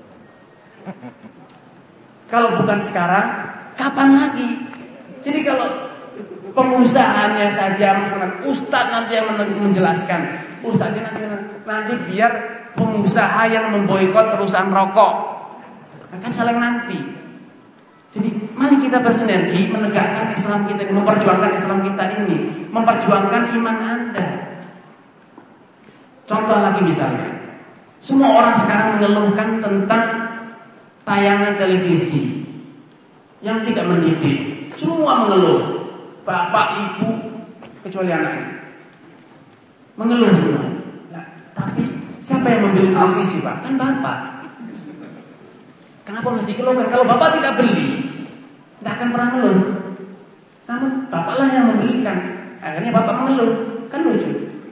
A: Kalau bukan sekarang, kapan lagi? Jadi kalau pengusahanya saja, misalkan ustadz nanti yang menjelaskan, ustadznya nanti biar pengusaha yang memboikot perusahaan rokok, akan saling nanti. Jadi mari kita bersinergi menegakkan Islam kita, memperjuangkan Islam kita ini, memperjuangkan iman Anda. Contoh lagi misalnya, semua orang sekarang mengeluhkan tentang tayangan televisi yang tidak mendidik. Semua mengeluh, bapak, ibu, kecuali anaknya mengeluh semua. Nah, tapi siapa yang membeli televisi, Pak? Kan bapak. Kenapa mesti dikeluhkan? Kalau bapak tidak beli, tidak akan pernah ngeluh. Namun bapaklah yang membelikan, akhirnya bapak mengeluh. Kan lucu.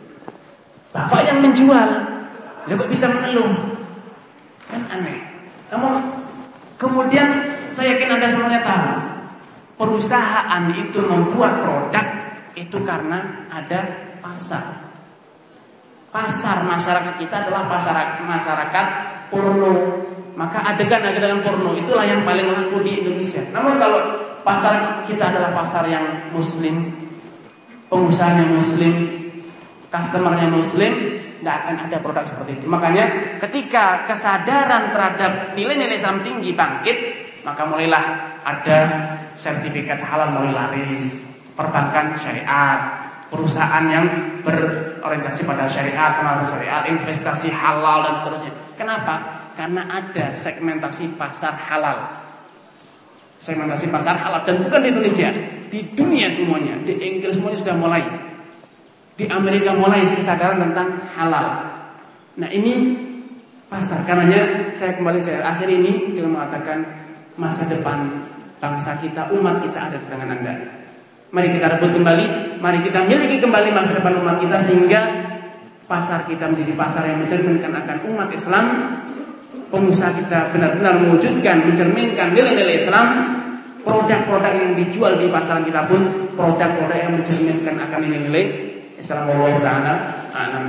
A: Bapak yang menjual, dia kok bisa mengeluh? Kan aneh. Namun kemudian saya yakin Anda semuanya tahu, perusahaan itu membuat produk itu karena ada pasar. Pasar masyarakat kita adalah masyarakat porno. Maka adegan-adegan porno itulah yang paling laku di Indonesia. Namun kalau pasar kita adalah pasar yang muslim, pengusahanya muslim, customernya muslim, tidak akan ada produk seperti itu. Makanya ketika kesadaran terhadap nilai-nilai Islam tinggi bangkit, maka mulailah ada sertifikat halal mulai laris, perbankan syariat, perusahaan yang berorientasi pada syariat, pengaruh syariat, investasi halal dan seterusnya. Kenapa? Karena ada segmentasi pasar halal. Segmentasi pasar halal, dan bukan di Indonesia, di dunia semuanya. Di Inggris semuanya sudah mulai, di Amerika mulai kesadaran tentang halal. Nah ini pasar. Karenanya saya akhir ini dengan mengatakan masa depan bangsa kita, umat kita ada di tangan Anda. Mari kita rebut kembali, mari kita miliki kembali masa depan umat kita, sehingga pasar kita menjadi pasar yang mencerminkan akan umat Islam. Pengusaha kita benar-benar mewujudkan, mencerminkan nilai-nilai Islam. Produk-produk yang dijual di pasaran kita pun produk-produk yang mencerminkan akan nilai-nilai Islam. Allah Ta'ala a'lam.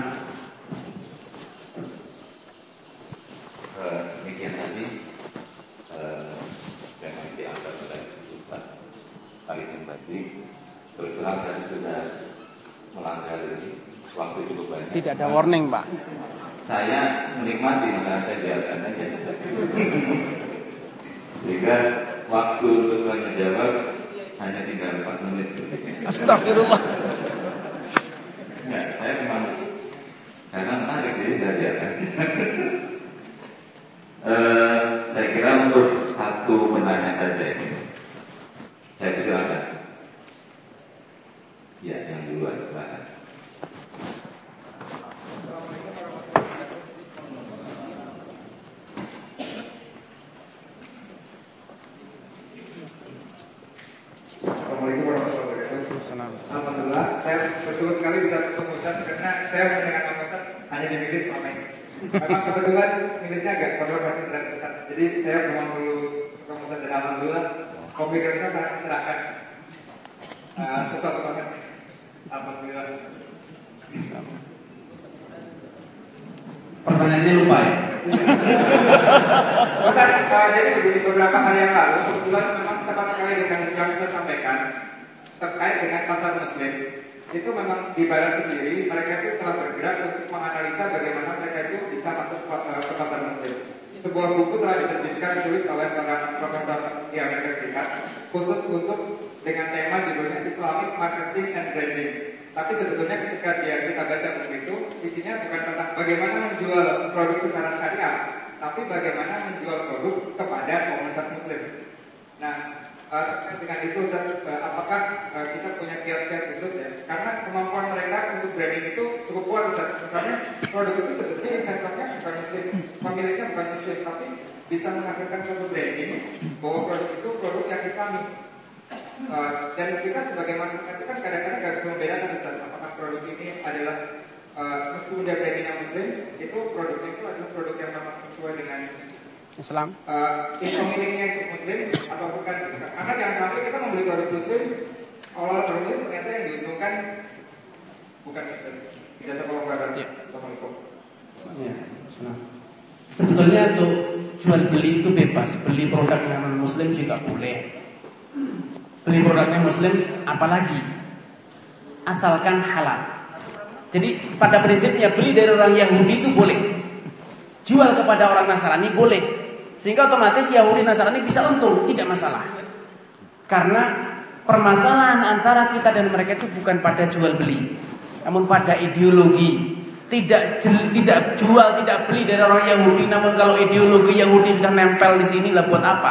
B: Demikian tadi yang diangkat oleh Ustaz Arifin tadi. Terus terang saya sudah melanggar ini, waktu cukup banyak.
A: Tidak ada warning, Pak.
B: Saya menikmati, maka saya biarkan aja. Sehingga waktu untuk menjawab hanya tinggal 4 menit.
A: Astagfirullah.
B: Ya, saya memang karena menarik, jadi saya biarkan. Saya kira untuk satu penanya saja ini, saya persilakan. Ya, yang duluan silakan.
C: Assalamualaikum warahmatullahi wabarakatuh. Alhamdulillah, saya bersyukur sekali bisa ketemu Ustaz, karena saya mendengar nama Ustaz hanya di Inggris selama ini. Memang kebetulan Inggrisnya agak kontroversi terhadap Ustaz. Jadi saya memang perlu ketemu Ustaz, dan alhamdulillah kopi kita sangat mencerahkan. Sesuatu banget. Alhamdulillah.
A: Pertanyaannya lupa ya?
C: Ustaz, jadi begini, beberapa hari yang lalu kebetulan memang tepat sekali dengan yang saya sampaikan terkait dengan pasar muslim. Itu memang di barat sendiri mereka itu telah bergerak untuk menganalisa bagaimana mereka itu bisa masuk ke pasar muslim. Sebuah buku telah diterbitkan ditulis oleh seorang profesor di Amerika Serikat khusus untuk dengan tema judulnya Islamic Marketing and Branding. Tapi sebetulnya ketika kita baca buku itu, isinya bukan tentang bagaimana menjual produk secara syariah, tapi bagaimana menjual produk kepada komunitas muslim. Nah, dengan itu apakah kita punya kiat-kiat khusus ya? Karena kemampuan mereka untuk branding itu cukup kuat, Ustaz. Misalnya produk itu sebetulnya investornya bukan muslim, pemiliknya bukan muslim, tapi bisa menghasilkan suatu branding bahwa produk itu produk yang islami. Dan kita sebagai masyarakat itu kan kadang-kadang nggak bisa membedakan Ustaz, apakah produk ini adalah meskipun dia brandingnya Muslim, itu produknya itu adalah produk yang memang sesuai dengan
A: Islam.
C: Pemiliknya itu Muslim atau bukan? Karena jangan sampai kita membeli produk Muslim, awal produk Muslim ternyata yang diuntungkan bukan Muslim. Jasa pengobratan. Assalamualaikum.
A: Ya, sebetulnya untuk jual beli itu bebas. Beli produk yang non Muslim juga boleh. Beli produknya Muslim apalagi, asalkan halal. Jadi pada prinsipnya beli dari orang Yahudi itu boleh, jual kepada orang Nasrani boleh, sehingga otomatis Yahudi Nasrani bisa untung, tidak masalah. Karena permasalahan antara kita dan mereka itu bukan pada jual beli, namun pada ideologi. Tidak jual, tidak beli dari orang Yahudi, namun kalau ideologi Yahudi sudah nempel di sini, lah buat apa?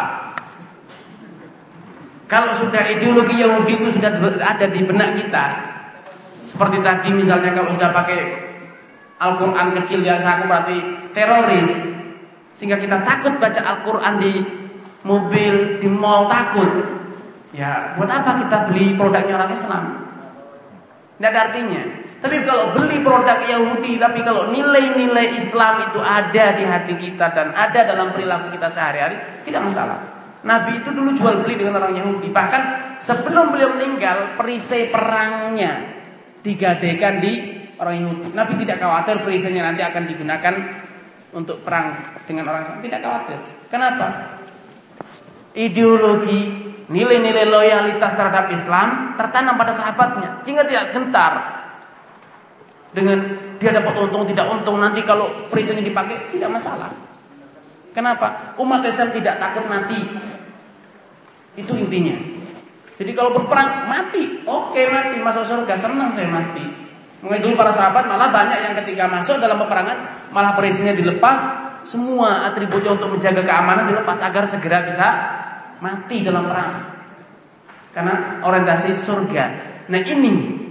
A: Kalau sudah ideologi Yahudi itu sudah ada di benak kita, seperti tadi misalnya kalau sudah pakai Al-Quran kecil di saku berarti teroris, sehingga kita takut baca Al-Quran di mobil, di mall takut. Ya, buat apa kita beli produknya orang Islam? Tidak ada artinya. Tapi kalau beli produk Yahudi, tapi kalau nilai-nilai Islam itu ada di hati kita dan ada dalam perilaku kita sehari-hari, tidak masalah. Nabi itu dulu jual beli dengan orang Yahudi. Bahkan sebelum beliau meninggal, perisai perangnya digadaikan di orang Yahudi. Nabi tidak khawatir perisainya nanti akan digunakan untuk perang dengan orang Islam. Tidak khawatir. Kenapa? Ideologi, nilai-nilai loyalitas terhadap Islam tertanam pada sahabatnya, sehingga tidak gentar dengan dia dapat untung tidak untung, nanti kalau perisainya dipakai tidak masalah. Kenapa? Umat Islam tidak takut mati. Itu intinya. Jadi kalaupun perang mati, oke mati, masuk surga, senang saya mati. Mulai dulu para sahabat malah banyak yang ketika masuk dalam peperangan malah perisainya dilepas, semua atributnya untuk menjaga keamanan dilepas agar segera bisa mati dalam perang. Karena orientasi surga. Nah ini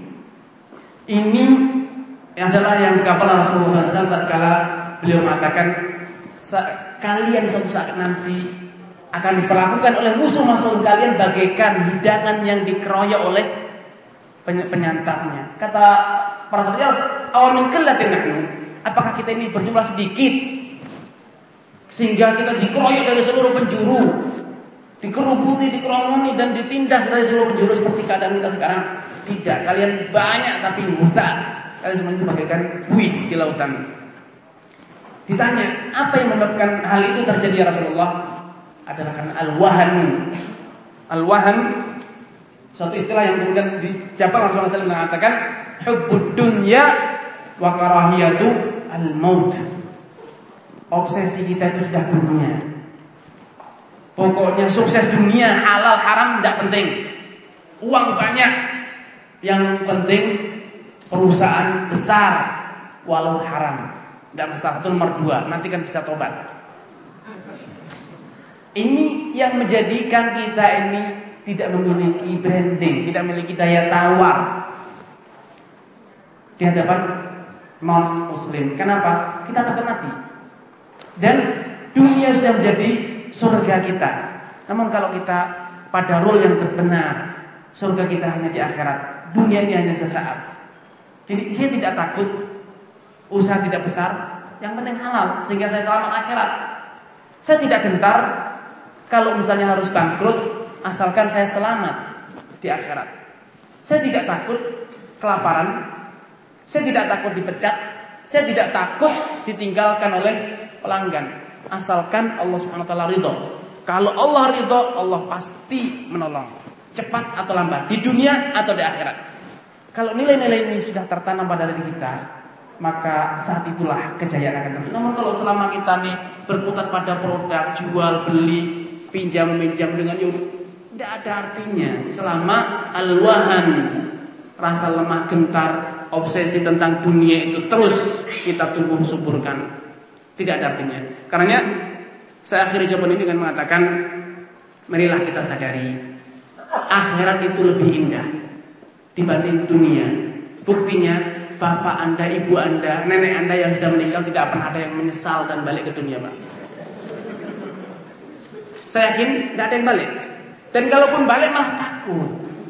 A: adalah yang dikatakan Rasulullah SAW tatkala beliau mengatakan kalian suatu saat nanti akan diperlakukan oleh musuh-musuh kalian bagaikan hidangan yang dikeroyok oleh penyantapnya. Kata para sahabat, awal min qillatin nahnu, apakah kita ini berjumlah sedikit sehingga kita dikeroyok dari seluruh penjuru, dikerubuti, dikeromoni dan ditindas dari seluruh penjuru seperti keadaan kita sekarang? Tidak, kalian banyak tapi muta. Kalian semuanya itu bagaikan buih di lautan. Ditanya, apa yang menyebabkan hal itu terjadi ya Rasulullah? Adalah karena al-wahan. Al-wahan, suatu istilah yang kemudian dijawab Rasulullah SAW mengatakan hubbud dunya wa karahiyatu al-maut. Obsesi kita itu sudah dunia. Pokoknya sukses dunia, halal haram tidak penting. Uang banyak, yang penting perusahaan besar walau haram. Tidak masalah, itu nomor 2. Nanti kan bisa tobat. Ini yang menjadikan kita ini tidak memiliki branding, tidak memiliki daya tawar di hadapan non muslim. Kenapa? Kita takut mati. Dan dunia sudah menjadi surga kita. Namun kalau kita pada role yang terbenar, surga kita hanya di akhirat. Dunia ini hanya sesaat. Jadi saya tidak takut usaha tidak besar, yang penting halal sehingga saya selamat akhirat. Saya tidak gentar kalau misalnya harus bangkrut asalkan saya selamat di akhirat. Saya tidak takut kelaparan, saya tidak takut dipecat, saya tidak takut ditinggalkan oleh pelanggan, asalkan Allah Subhanahu wa taala ridho. Kalau Allah ridho, Allah pasti menolong, cepat atau lambat, di dunia atau di akhirat. Kalau nilai-nilai ini sudah tertanam pada diri kita, maka saat itulah kejayaan akan terjadi. Namun kalau selama kita nih berputar pada produk jual beli, pinjam meminjam dengan tidak ada artinya. Selama al-wahan, rasa lemah gentar, obsesi tentang dunia itu terus kita tumbuh suburkan, tidak ada artinya. Karenanya saya akhiri jawaban ini dengan mengatakan, marilah kita sadari akhirat itu lebih indah dibanding dunia. Buktinya bapak anda, ibu anda, nenek anda yang sudah meninggal tidak pernah ada yang menyesal dan balik ke dunia, Pak. Saya yakin tidak ada yang balik. Dan kalaupun balik malah takut.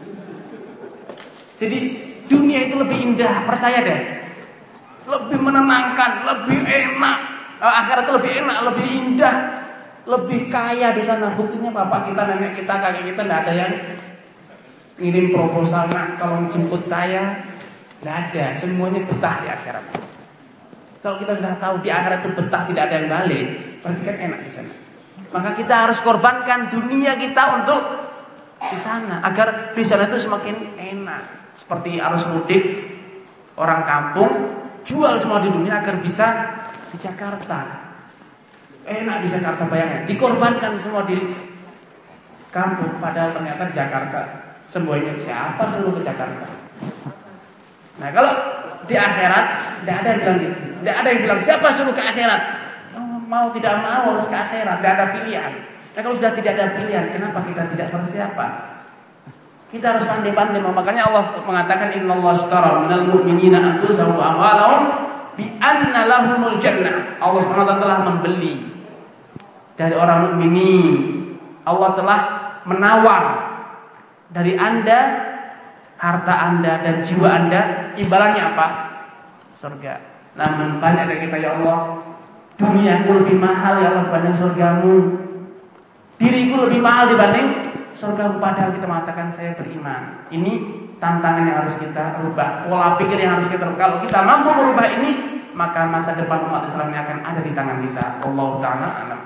A: Jadi dunia itu lebih indah, percaya deh. Lebih menenangkan, lebih enak. Akhirat itu lebih enak, lebih indah, lebih kaya di sana. Buktinya bapak kita, nenek kita, kakek kita tidak ada yang ngirim proposal, nak tolong jemput saya. Tidak ada, semuanya betah di akhirat. Kalau kita sudah tahu di akhirat itu betah, tidak ada yang balik, berarti kan enak di sana. Maka kita harus korbankan dunia kita untuk di sana, agar di sana itu semakin enak. Seperti arus mudik, orang kampung jual semua di dunia agar bisa di Jakarta. Enak di Jakarta, bayangin. Dikorbankan semua di kampung, padahal ternyata di Jakarta semuanya siapa suruh ke Jakarta. Nah kalau di akhirat tidak ada yang bilang gitu. Tidak ada yang bilang siapa suruh ke akhirat. Mau tidak mau harus ke akhirat, tidak ada pilihan. Nah kalau sudah tidak ada pilihan, kenapa kita tidak persiapan? Kita harus pandai-pandai. Makanya Allah mengatakan innallaha ashtara minal mu'minina anfusahum wa amwalahum bi anna lahumul jannah. Allah SWT telah membeli dari orang mukminin. Allah telah menawar dari Anda harta Anda dan jiwa Anda, imbalannya apa? Surga. Namun banyak dari kita, ya Allah, duniaku lebih mahal ya Allah dibanding surgamu. Diriku lebih mahal dibanding surgamu, padahal kita mengatakan saya beriman. Ini tantangan yang harus kita rubah, pola pikir yang harus kita rubah. Kalau kita mampu merubah ini, maka masa depan umat Islam ini akan ada di tangan kita. Allah Ta'ala alam.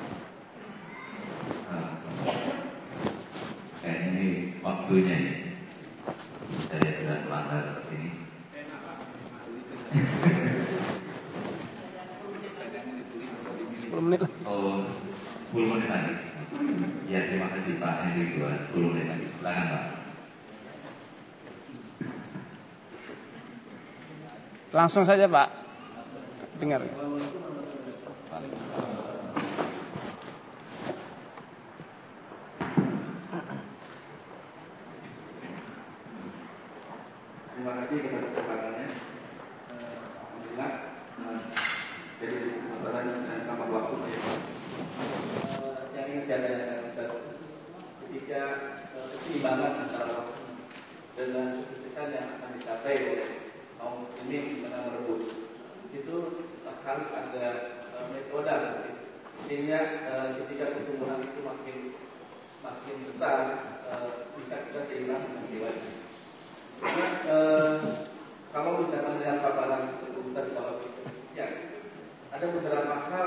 B: Ini waktunya ya. Saya sudah melanggar seperti ini.
A: 10 menit lah.
B: Oh, 10 menit lagi. Ya, terima kasih Pak Henry. 10 menit lagi. Silakan Pak.
A: Langsung saja Pak. Dengar.
C: Terima kasih atas kesempatannya. Alhamdulillah. Jadi masalah tambah waktu ya. Yang ingin saya tanyakan, ketika keseimbangan antara waktu dengan kesuksesan yang akan dicapai oleh kaum muslimin dalam merebut itu harus ada metode, sehingga ketika pertumbuhan itu makin besar bisa kita seimbang dengan dewasa. Karena kalau misalkan melihat paparan keputusan soal ya ada beberapa hal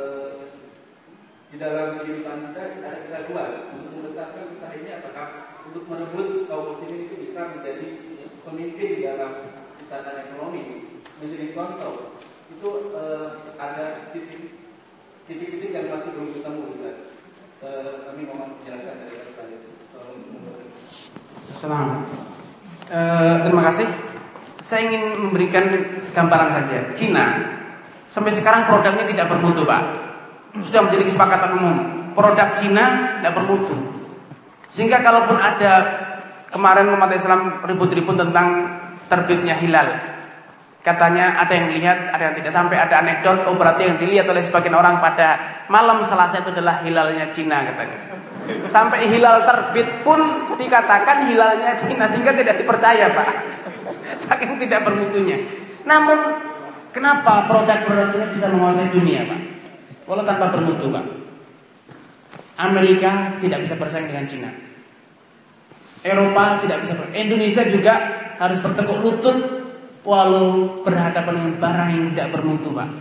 C: di dalam kehidupan kita ada keraguan untuk membesarkan usaha ini, apakah untuk merebut kaum muslimin itu bisa menjadi pemimpin di dalam usaha ekonomi, menjadi contoh. Itu ada titik-titik yang masih belum ketemu juga. Kami mohon penjelasan dari Pak itu.
A: Assalamualaikum. Terima kasih. Saya ingin memberikan gambaran saja. Cina sampai sekarang produknya tidak bermutu, Pak. Sudah menjadi kesepakatan umum. Produk Cina tidak bermutu. Sehingga kalaupun ada kemarin umat Islam ribut-ribut tentang terbitnya hilal, katanya ada yang lihat, ada yang tidak, sampai ada anekdot, oh berarti yang dilihat oleh sebagian orang pada malam Selasa itu adalah hilalnya Cina katanya. Sampai hilal terbit pun dikatakan hilalnya Cina, sehingga tidak dipercaya Pak. Saking tidak bermutunya. Namun kenapa produk-produk Cina bisa menguasai dunia Pak? Walau tanpa bermutu Pak. Amerika tidak bisa bersaing dengan Cina. Eropa tidak bisa bersaing. Indonesia juga harus bertekuk lutut walau berhadapan dengan barang yang tidak bermutu Pak.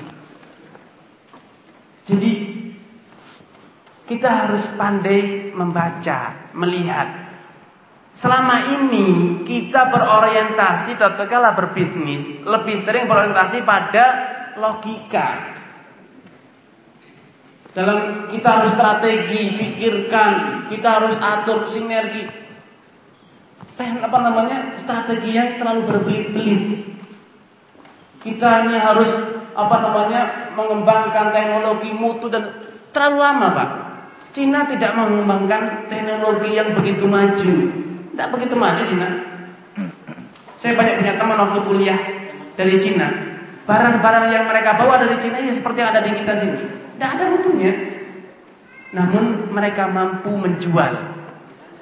A: Jadi kita harus pandai membaca, melihat. Selama ini kita berorientasi tatkala berbisnis lebih sering berorientasi pada logika. Dalam kita harus strategi, pikirkan, kita harus atur sinergi. Strategi yang terlalu berbelit-belit. Kita ini harus mengembangkan teknologi mutu dan terlalu lama Pak. Cina tidak mengembangkan teknologi yang begitu maju. Tidak begitu maju Cina. Saya banyak punya teman waktu kuliah dari Cina. Barang-barang yang mereka bawa dari Cina ya seperti yang ada di kita sini. Tidak ada mutunya. Namun mereka mampu menjual.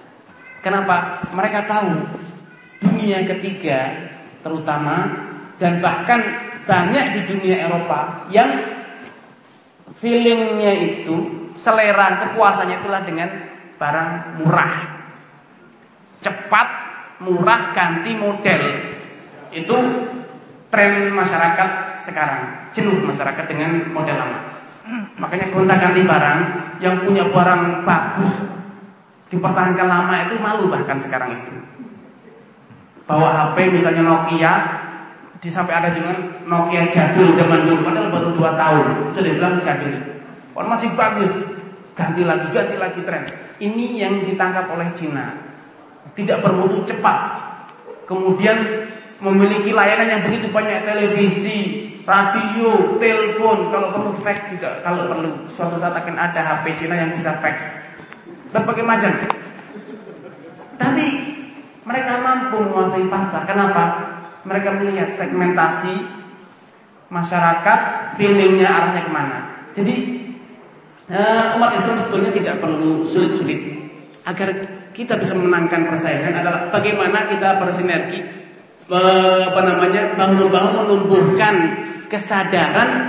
A: Kenapa? Mereka tahu dunia ketiga terutama dan bahkan banyak di dunia Eropa yang feelingnya itu, selera kepuasannya itulah dengan barang murah, cepat, murah, ganti model. Itu tren masyarakat sekarang. Jenuh masyarakat dengan model lama. Makanya gonta-ganti barang. Yang punya barang bagus dipertahankan lama itu malu bahkan sekarang itu. Bawa HP misalnya Nokia, sampai ada juga Nokia jadul zaman dulu, padahal baru 2 tahun sudah dibilang jadul. Kalau masih bagus, ganti lagi tren. Ini yang ditangkap oleh Cina. Tidak bermutu cepat. Kemudian memiliki layanan yang begitu banyak, televisi, radio, telepon, kalau perlu fax juga, kalau perlu suatu saat akan ada HP Cina yang bisa fax. Berbagai macam. Tapi mereka mampu menguasai pasar. Kenapa? Mereka melihat segmentasi masyarakat, feelingnya arahnya kemana. Jadi umat Islam sebetulnya tidak perlu sulit-sulit. Agar kita bisa memenangkan persaingan adalah bagaimana kita bersinergi, bahu-membahu menumbuhkan kesadaran,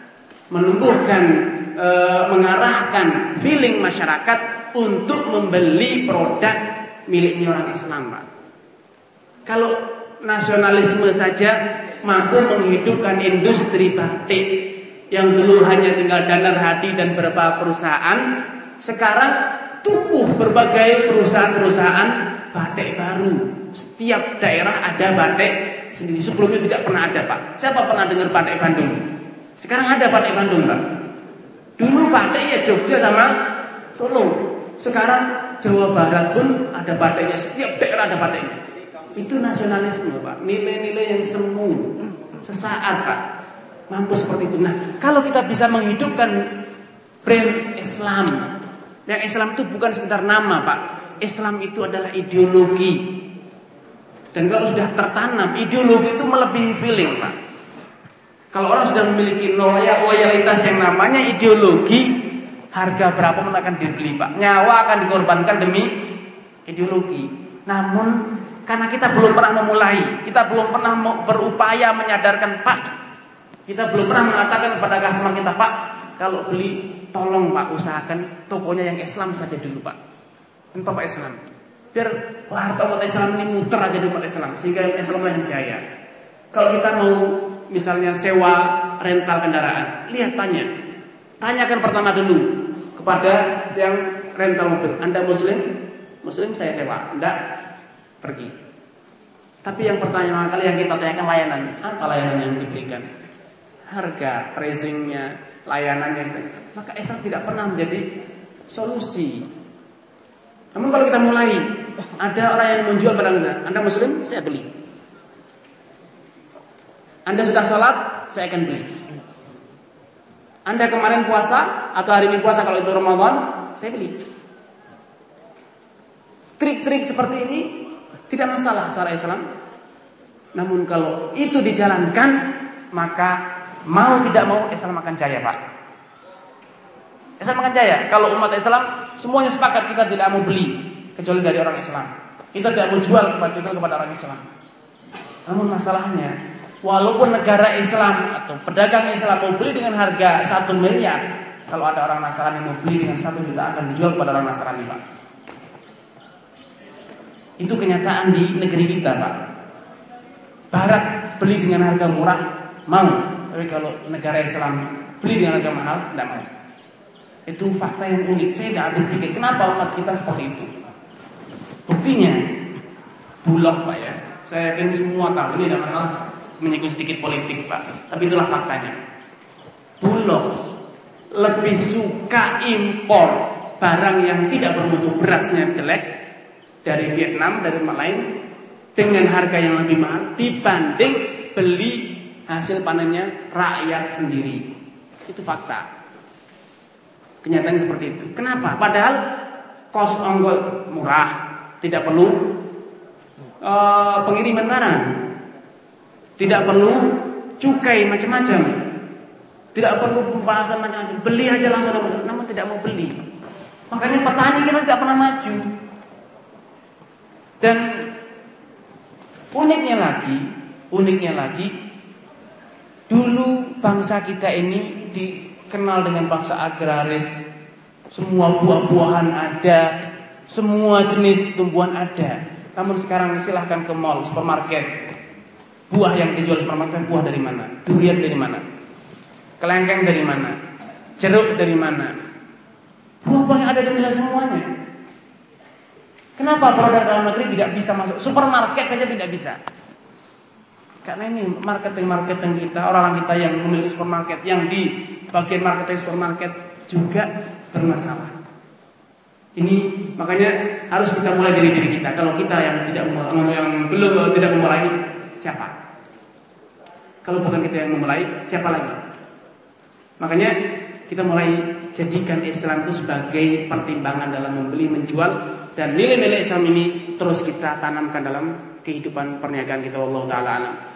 A: mengarahkan feeling masyarakat untuk membeli produk miliknya orang Islam, Pak. Kalau nasionalisme saja mampu menghidupkan industri batik yang dulu hanya tinggal Danar Hadi dan beberapa perusahaan, sekarang tumbuh berbagai perusahaan-perusahaan batik baru. Setiap daerah ada batik sendiri. Sebelumnya tidak pernah ada, Pak. Siapa pernah dengar batik Bandung? Sekarang ada batik Bandung, Pak. Dulu batik ya Jogja sama Solo. Sekarang Jawa Barat pun ada batiknya. Setiap daerah ada batiknya. Itu nasionalisme, Pak. Nilai-nilai yang semu sesaat, Pak. Mampu seperti itu. Nah, kalau kita bisa menghidupkan brand Islam, yang Islam itu bukan sekedar nama, Pak. Islam itu adalah ideologi. Dan kalau sudah tertanam, ideologi itu melebihi feeling, Pak. Kalau orang sudah memiliki loyalitas yang namanya ideologi, harga berapa pun akan dibeli, Pak. Nyawa akan dikorbankan demi ideologi. Namun karena kita belum pernah memulai, kita belum pernah berupaya menyadarkan, Pak. Kita belum pernah mengatakan kepada customer kita, Pak, kalau beli tolong, Pak, usahakan tokonya yang Islam saja dulu, Pak. Dan Bapak Islam. Biar harta umat Islam ini muter aja di umat Islam, sehingga yang Islam yang jaya. Kalau kita mau misalnya sewa rental kendaraan, lihat tanyakan pertama dulu kepada yang rental mobil. Anda Muslim? Muslim saya sewa. Enggak, pergi. Tapi yang pertanyaan kali yang kita tanyakan layanan. Apa layanan yang diberikan? Harga, pricingnya, layanannya. Maka Islam tidak pernah menjadi solusi. Namun kalau kita mulai, ada orang yang menjual barang Anda Muslim, saya beli. Anda sudah sholat, saya akan beli. Anda kemarin puasa atau hari ini puasa, kalau itu Ramadan, saya beli. Trik-trik seperti ini tidak masalah secara Islam. Namun kalau itu dijalankan, maka mau tidak mau Islam akan jaya, Pak. Islam akan jaya. Kalau umat Islam semuanya sepakat kita tidak mau beli kecuali dari orang Islam. Kita tidak mau jual kepada orang Islam. Namun masalahnya, walaupun negara Islam atau pedagang Islam mau beli dengan harga 1 miliar, kalau ada orang Nasrani mau beli dengan 1 juta akan dijual kepada orang Nasrani, Pak. Itu kenyataan di negeri kita, Pak. Barat beli dengan harga murah mau, tapi kalau negara Islam beli dengan harga mahal tidak mau. Itu fakta yang unik. Saya tidak habis pikir kenapa umat kita seperti itu. Buktinya Bulog, Pak, ya. Saya yakin semua tahu, ini tidak masalah menyinggung sedikit politik, Pak. Tapi itulah faktanya. Bulog lebih suka impor barang yang tidak bermutu, berasnya jelek dari Vietnam, dari tempat lain, dengan harga yang lebih mahal dibanding beli hasil panennya rakyat sendiri. Itu fakta. Kenyataan seperti itu. Kenapa? Padahal kos ongkos murah, tidak perlu pengiriman barang, tidak perlu cukai macam-macam, tidak perlu pembahasan macam-macam. Beli aja langsung, namun tidak mau beli. Makanya petani kita tidak pernah maju. Dan uniknya lagi, dulu bangsa kita ini dikenal dengan bangsa agraris. Semua buah-buahan ada, semua jenis tumbuhan ada. Namun sekarang silahkan ke mall, supermarket, buah yang dijual supermarket, buah dari mana? Durian dari mana? Kelengkeng dari mana? Jeruk dari mana? Buah-buah yang ada di Indonesia semuanya. Kenapa produk dalam negeri tidak bisa masuk? Supermarket saja tidak bisa. Karena ini marketing kita, orang-orang kita yang memiliki supermarket, yang di bagian marketing supermarket juga bermasalah. Ini makanya harus kita mulai dari diri kita. Kalau kita yang belum memulai, siapa? Kalau bukan kita yang memulai, siapa lagi? Makanya kita mulai jadikan Islam itu sebagai pertimbangan dalam membeli, menjual, dan nilai-nilai Islam ini terus kita tanamkan dalam kehidupan perniagaan kita. Wallahu ta'ala alam.